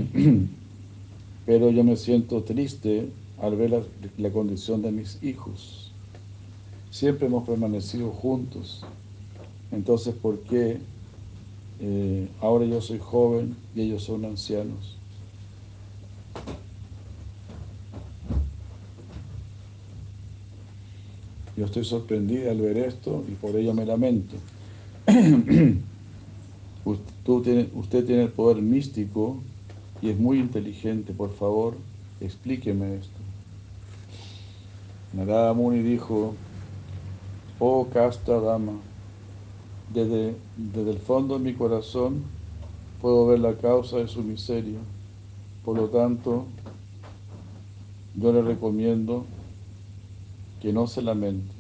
pero yo me siento triste al ver la condición de mis hijos. Siempre hemos permanecido juntos, entonces ¿por qué ahora yo soy joven y ellos son ancianos? Yo estoy sorprendida al ver esto y por ello me lamento. Usted tiene el poder místico y es muy inteligente, por favor, explíqueme esto. Narada Muni dijo: oh Casta Dama, desde el fondo de mi corazón puedo ver la causa de su miseria, por lo tanto, yo le recomiendo que no se lamente.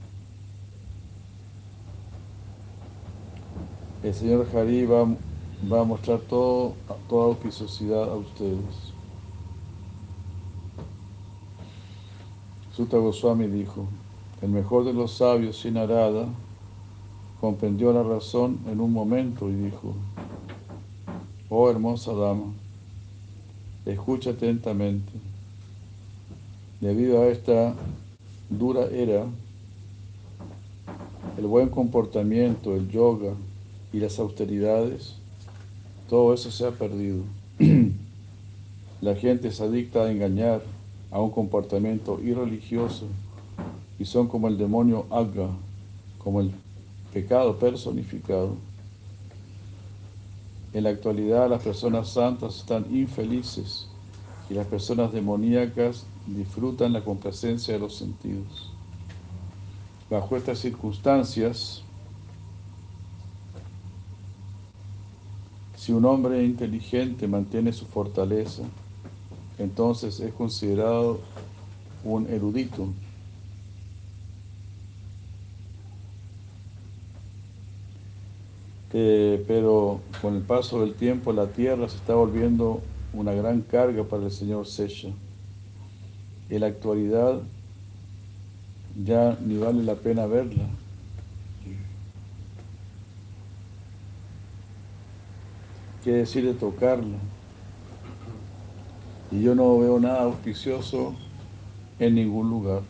El señor Hari va a mostrar toda auspiciosidad a ustedes. Sutta Goswami dijo: el mejor de los sabios, Sri Narada, comprendió la razón en un momento y dijo: oh hermosa dama, escucha atentamente. Debido a esta dura era, el buen comportamiento, el yoga y las austeridades, todo eso se ha perdido. La gente se adicta a engañar, a un comportamiento irreligioso, y son como el demonio Agga, como el pecado personificado. En la actualidad las personas santas están infelices y las personas demoníacas disfrutan la complacencia de los sentidos. Bajo estas circunstancias, si un hombre inteligente mantiene su fortaleza, entonces es considerado un erudito. Pero con el paso del tiempo la tierra se está volviendo una gran carga para el señor Sesha. En la actualidad ya ni vale la pena verla. ¿Qué decir de tocarla? Y yo no veo nada auspicioso en ningún lugar.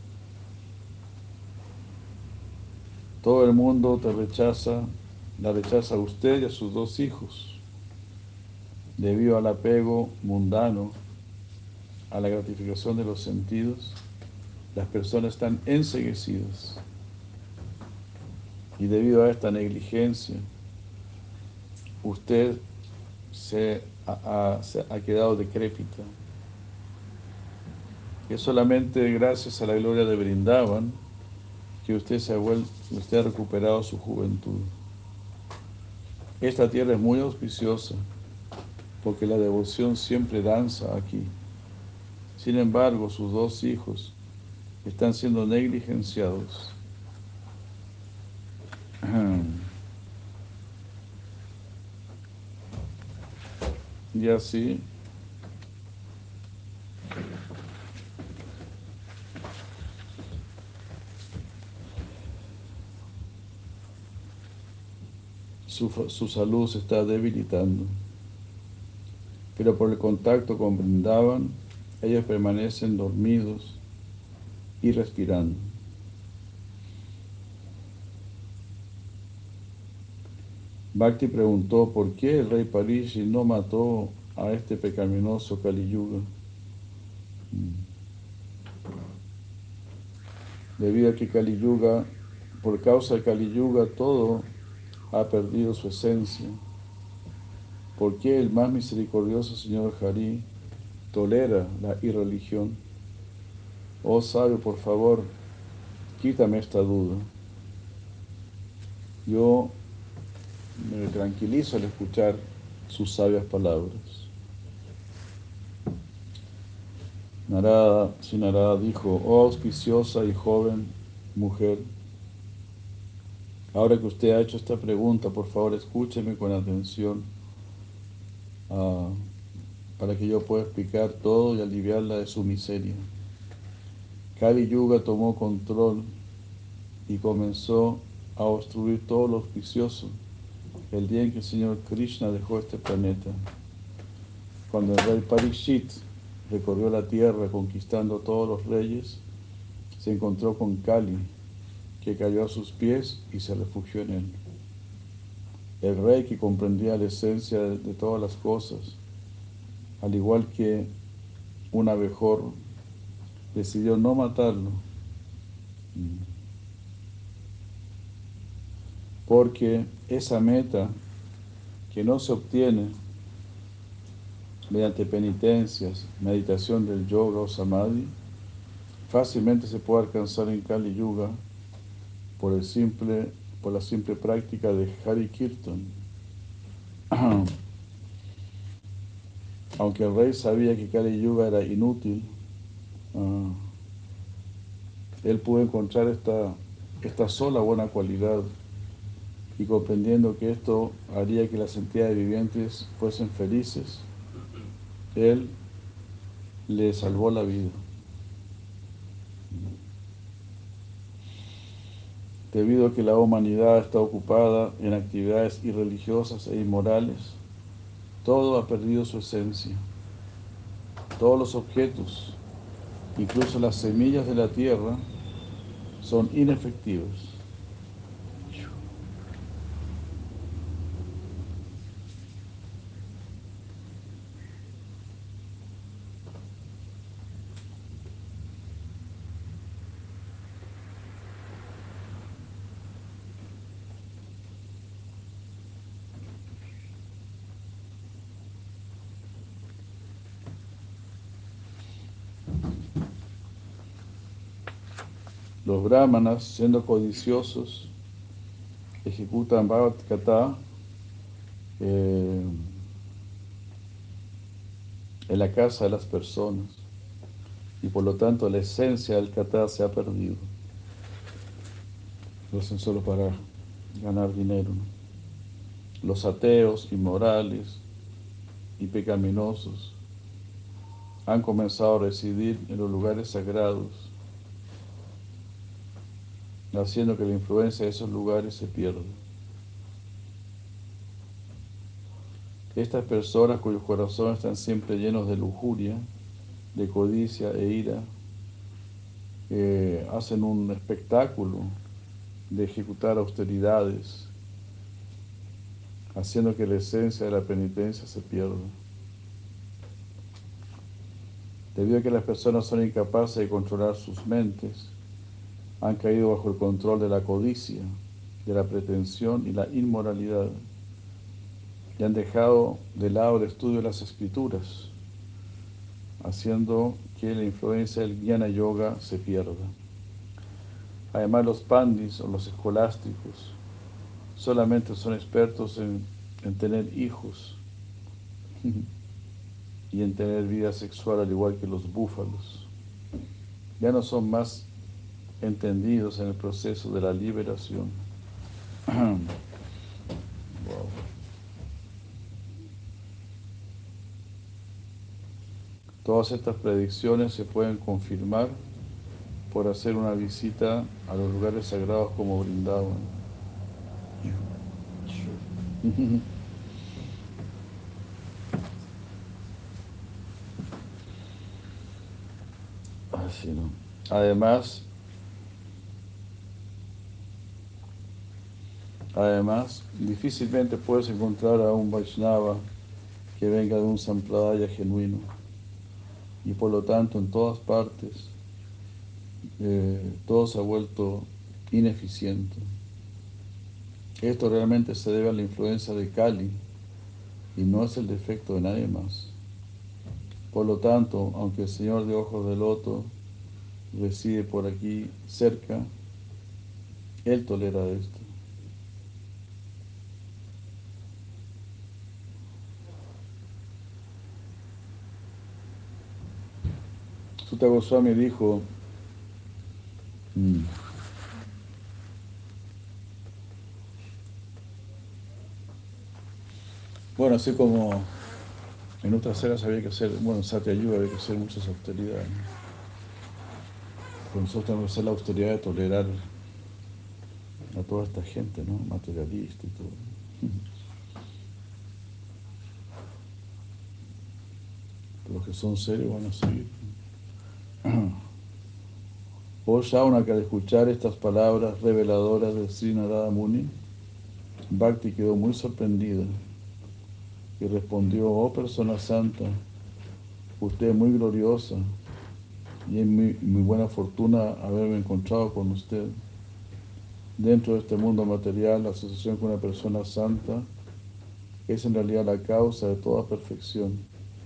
Todo el mundo te rechaza, la rechaza a usted y a sus dos hijos, debido al apego mundano, a la gratificación de los sentidos. Las personas están enceguecidas. Y debido a esta negligencia, usted se ha quedado decrépita. Es solamente gracias a la gloria de Vrindavan que usted usted ha recuperado su juventud. Esta tierra es muy auspiciosa porque la devoción siempre danza aquí. Sin embargo, sus dos hijos están siendo negligenciados. Y así, su salud se está debilitando. Pero por el contacto con Vrindavan, ellos permanecen dormidos y respirando. Bhakti preguntó por qué el rey Parikshit no mató a este pecaminoso Kali Yuga. Debido a que Kali Yuga, por causa de Kali Yuga, todo ha perdido su esencia. ¿Por qué el más misericordioso Señor Hari tolera la irreligión? Oh sabio, por favor, quítame esta duda. Yo me tranquilizo al escuchar sus sabias palabras. Narada dijo: oh auspiciosa y joven mujer, ahora que usted ha hecho esta pregunta, por favor escúcheme con atención para que yo pueda explicar todo y aliviarla de su miseria. Kali Yuga tomó control y comenzó a obstruir todo lo auspicioso el día en que el Señor Krishna dejó este planeta. Cuando el rey Parikshit recorrió la tierra conquistando a todos los reyes, se encontró con Kali, que cayó a sus pies y se refugió en él. El rey, que comprendía la esencia de todas las cosas, al igual que un abejorro, decidió no matarlo, porque esa meta que no se obtiene mediante penitencias, meditación del yoga o samadhi, fácilmente se puede alcanzar en Kali Yuga por la simple práctica de Hari Kirtan. Aunque el rey sabía que Kali Yuga era inútil, él pudo encontrar esta sola buena cualidad, y comprendiendo que esto haría que las entidades vivientes fuesen felices, él le salvó la vida. Debido a que la humanidad está ocupada en actividades irreligiosas e inmorales, todo ha perdido su esencia. Todos los objetos, incluso las semillas de la tierra, son inefectivos. Los brahmanas, siendo codiciosos, ejecutan Bhagavad Gita en la casa de las personas, y por lo tanto la esencia del kata se ha perdido. Lo hacen solo para ganar dinero, ¿no? Los ateos, inmorales y pecaminosos han comenzado a residir en los lugares sagrados, haciendo que la influencia de esos lugares se pierda. Estas personas cuyos corazones están siempre llenos de lujuria, de codicia e ira, hacen un espectáculo de ejecutar austeridades, haciendo que la esencia de la penitencia se pierda. Debido a que las personas son incapaces de controlar sus mentes, han caído bajo el control de la codicia, de la pretensión y la inmoralidad, y han dejado de lado el estudio de las escrituras, haciendo que la influencia del Jnana Yoga se pierda. Además, los pandis o los escolásticos solamente son expertos en tener hijos y en tener vida sexual al igual que los búfalos. Ya no son más entendidos en el proceso de la liberación. Wow. Todas estas predicciones se pueden confirmar por hacer una visita a los lugares sagrados como Vrindavan. Así, ¿no? Además, difícilmente puedes encontrar a un Vaishnava que venga de un sampradaya genuino, y por lo tanto en todas partes todo se ha vuelto ineficiente. Esto realmente se debe a la influencia de Kali y no es el defecto de nadie más. Por lo tanto, aunque el Señor de Ojos de Loto reside por aquí cerca, Él tolera esto. Sutta Goswami dijo, bueno, así como en otras eras había que hacer, bueno, en Satya Yuga había que hacer muchas austeridades, ¿no? Pero nosotros tenemos que hacer la austeridad de tolerar a toda esta gente, ¿no? Materialista y todo. Los que son serios van a seguir. Oh Shaunaka, al escuchar estas palabras reveladoras de Sri Narada Muni, Bhakti quedó muy sorprendida y respondió: oh persona santa, usted es muy gloriosa y es muy buena fortuna haberme encontrado con usted. Dentro de este mundo material, la asociación con una persona santa es en realidad la causa de toda perfección.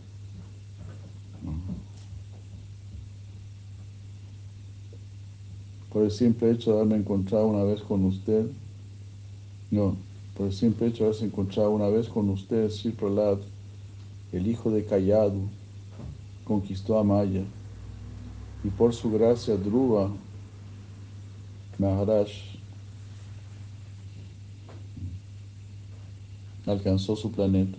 Por el simple hecho de haberme encontrado una vez con usted, por el simple hecho de haberse encontrado una vez con usted, Sri Prahlad, el hijo de Kayadu, conquistó a Maya, y por su gracia Dhruva Maharaj alcanzó su planeta.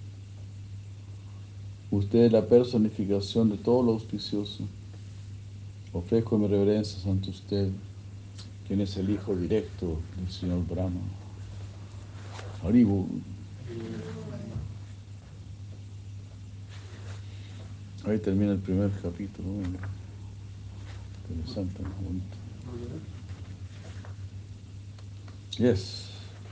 Usted es la personificación de todo lo auspicioso. Ofrezco mis reverencias ante usted, quien es el hijo directo del señor Brahma. Haribu. Ahí termina el primer capítulo. Interesante, muy bonito. Yes.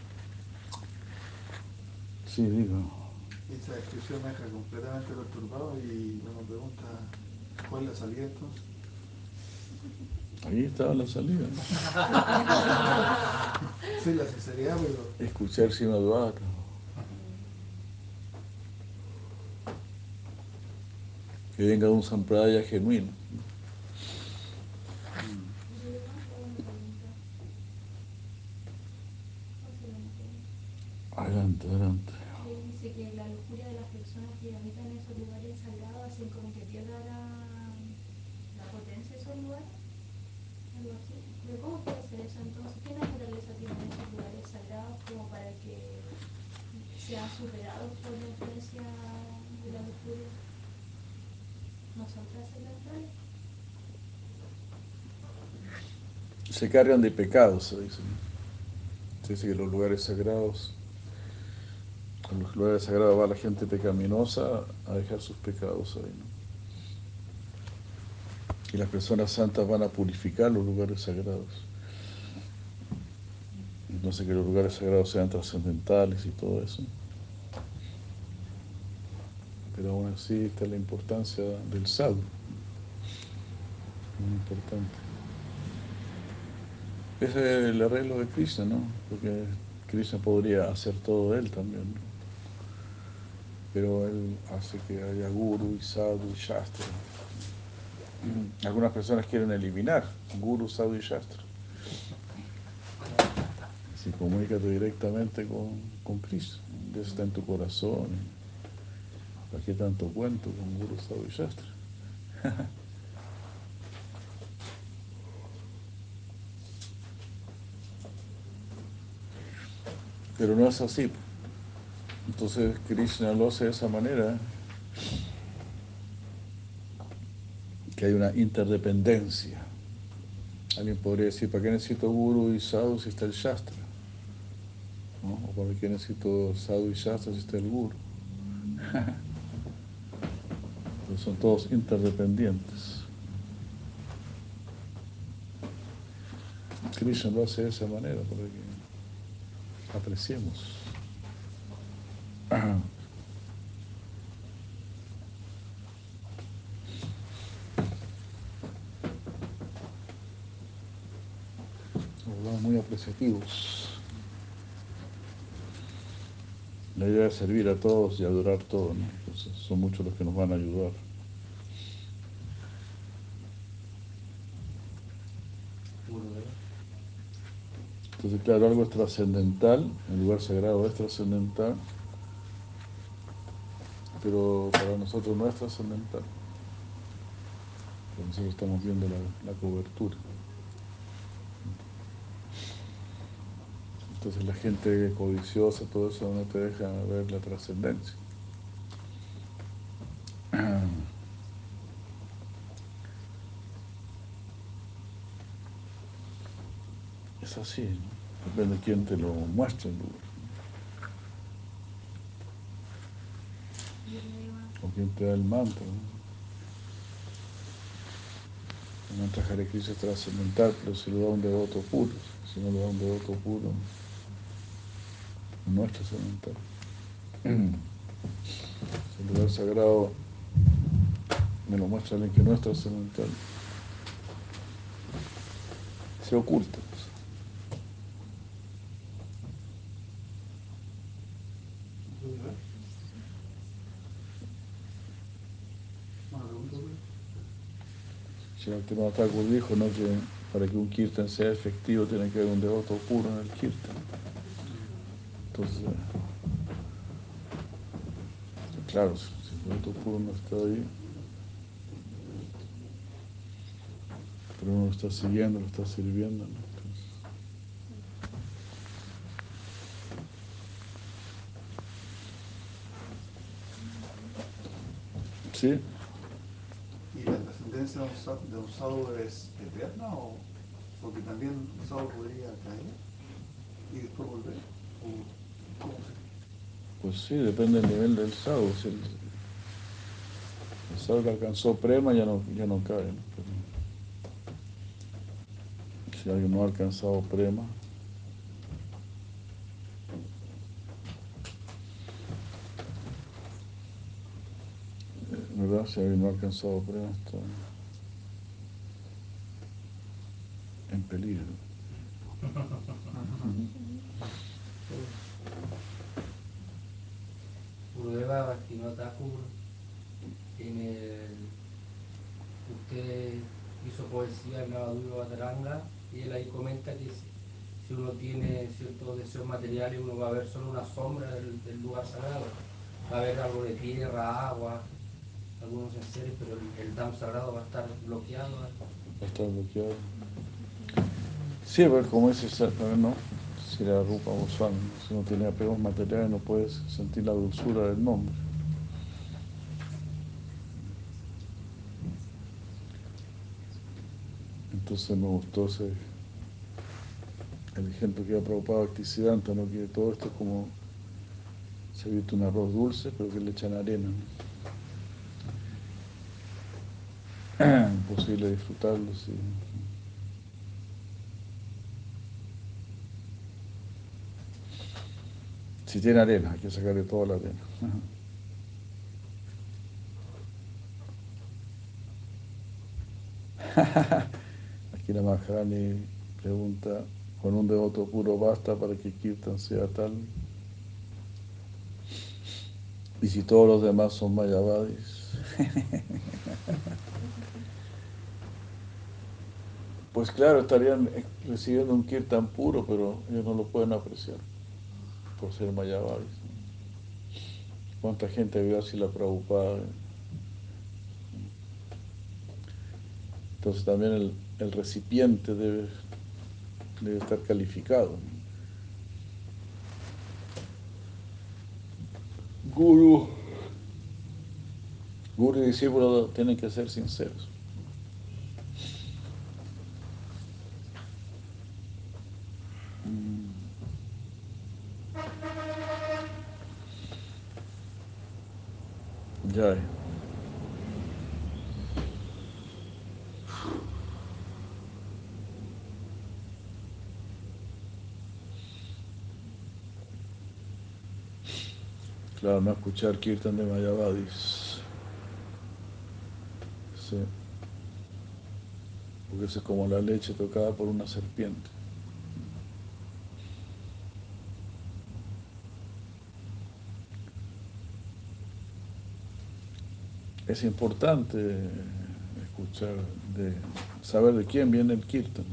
Sí, digo. Esta descripción me deja completamente perturbado y uno pregunta cuál es la salida entonces. Ahí estaba la salida. Sí, la sinceridad, pero... Escuchar Srimad. Que venga de un sampradaya genuino. Adelante, adelante. Dice que la lujuria de las personas que habitan en esos lugares sagrados hacen como que pierda la potencia de esos lugares. Algo así. Pero ¿cómo puede ser eso entonces? ¿Qué naturaleza tienen esos lugares sagrados como para que sean superados por la influencia de la lujuria? ¿No son trascendentales? Se cargan de pecados, se dice. Se dice que los lugares sagrados En los lugares sagrados va la gente pecaminosa a dejar sus pecados ahí, ¿no? Y las personas santas van a purificar los lugares sagrados. No sé que los lugares sagrados sean trascendentales y todo eso. Pero aún así está la importancia del sadhu. Muy importante. Ese es el arreglo de Krishna, ¿no? Porque Krishna podría hacer todo él también, ¿no? Pero él hace que haya guru y sadhu y shastra. Algunas personas quieren eliminar guru, sadhu y shastra. Así comunícate directamente con Krishna. Dios está en tu corazón. ¿Para qué tanto cuento con guru, sadhu y shastra? Pero no es así. Entonces Krishna lo hace de esa manera, que hay una interdependencia. Alguien podría decir, ¿para qué necesito guru y sadhu si está el shastra? ¿No? ¿O para qué necesito sadhu y shastra si está el guru? Entonces son todos interdependientes. Krishna lo hace de esa manera para que apreciemos. Nos muy apreciativos. La idea es servir a todos y adorar todo, ¿no? Entonces son muchos los que nos van a ayudar. Entonces, claro, algo es trascendental, el lugar sagrado es trascendental, pero para nosotros no es trascendental. Nosotros estamos viendo la cobertura. Entonces la gente codiciosa, todo eso no te deja ver la trascendencia. Es así, ¿no? Depende de quién te lo muestre el lugar. O quién te da el mantra, ¿no? El mantra Hare Krishna es trascendental, pero si lo da un devoto puro. Si no lo da un devoto puro, no es trascendental. Si el lugar sagrado me lo muestra alguien que no es trascendental, se oculta. Pues. Shri Thakur dijo, ¿no?, que para que un kirtan sea efectivo tiene que haber un devoto puro en el kirtan. Entonces, claro, si el devoto puro no está ahí, pero uno lo está siguiendo, lo está sirviendo, ¿no? Entonces, ¿sí? ¿Y la trascendencia de un sadhu es eterna o porque también un sadhu podría caer y después volver? ¿O cómo sería? Pues sí, depende del nivel del sadhu. Si el sadhu que alcanzó prema ya no cae, ¿no? Pero si alguien no ha alcanzado prema, ¿verdad? Si alguien no ha alcanzado prema está en peligro. Gurudeva Bhaktivinoda Thakur, usted hizo poesía en Navadurga Bataranga y él ahí comenta que si uno tiene ciertos deseos materiales uno va a ver solo una sombra del lugar sagrado, va a ver algo de tierra, agua, algunos enseres, pero el Dham sagrado va a estar bloqueado. Va a estar bloqueado. Sí, pues como dice, ¿no? Si la Rupa Goswami, ¿no? Si no tiene apegos materiales no puedes sentir la dulzura del nombre. Entonces me gustó el ejemplo que ha Prabhupada Bhaktisiddhanta, ¿no? Que todo esto es como servirte un arroz dulce, pero que le echan arena. Imposible disfrutarlo, sí. Si tiene arena, hay que sacarle toda la arena. Aquí la Maharani pregunta, ¿con un devoto puro basta para que Kirtan sea tal? ¿Y si todos los demás son mayavadis? Pues claro, estarían recibiendo un Kirtan puro, pero ellos no lo pueden apreciar por ser mayavadis. ¿Cuánta gente vio así la Prabhupada? Entonces también el recipiente debe estar calificado. Guru y discípulo tienen que ser sinceros. Ya. Claro, no escuchar Kirtan de Mayavadis. Sí. Porque eso es como la leche tocada por una serpiente. Es importante escuchar, saber de quién viene el Kirtan.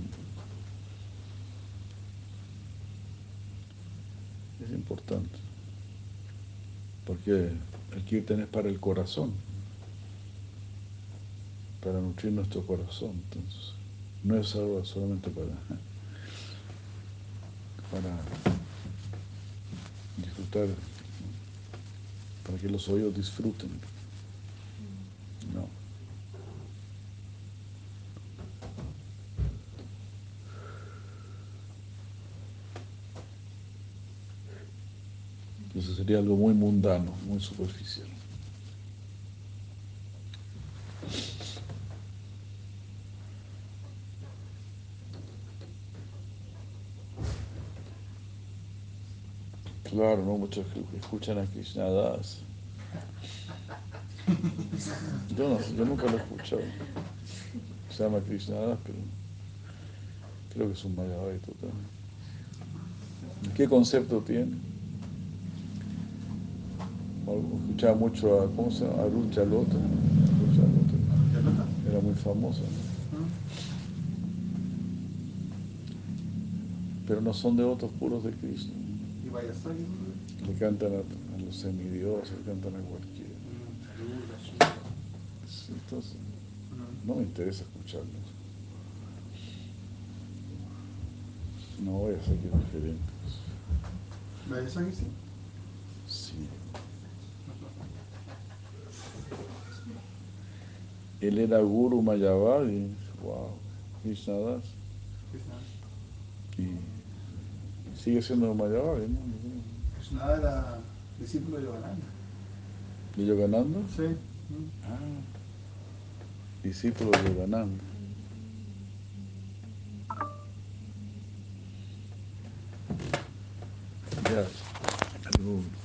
Es importante. Porque el Kirtan es para el corazón. Para nutrir nuestro corazón. Entonces, no es algo solamente para disfrutar, para que los oídos disfruten. No. Eso sería algo muy mundano, muy superficial. Claro, no muchos escuchan a Krishna Das. Yo nunca lo he escuchado. Se llama Krishna Das, pero creo que es un mayavadi total. ¿Qué concepto tiene? Escuchaba mucho a, ¿cómo se llama? Arul Chalota. Era muy famoso, ¿no? Pero no son devotos puros de Krishna. ¿Y Vayasaki? Le cantan a los semidioses, le cantan a cualquiera. Sí, entonces, no me interesa escucharlos. No voy a ser que diferentes. ¿Vayasaki sí? Sí. Él era Guru Mayavadi, wow, Krishna Das. Y sigue siendo Mayavadi, ¿no? Krishna era discípulo de Yogananda. ¿De Yogananda? Sí. Ah, discípulo de Yogananda. Ya.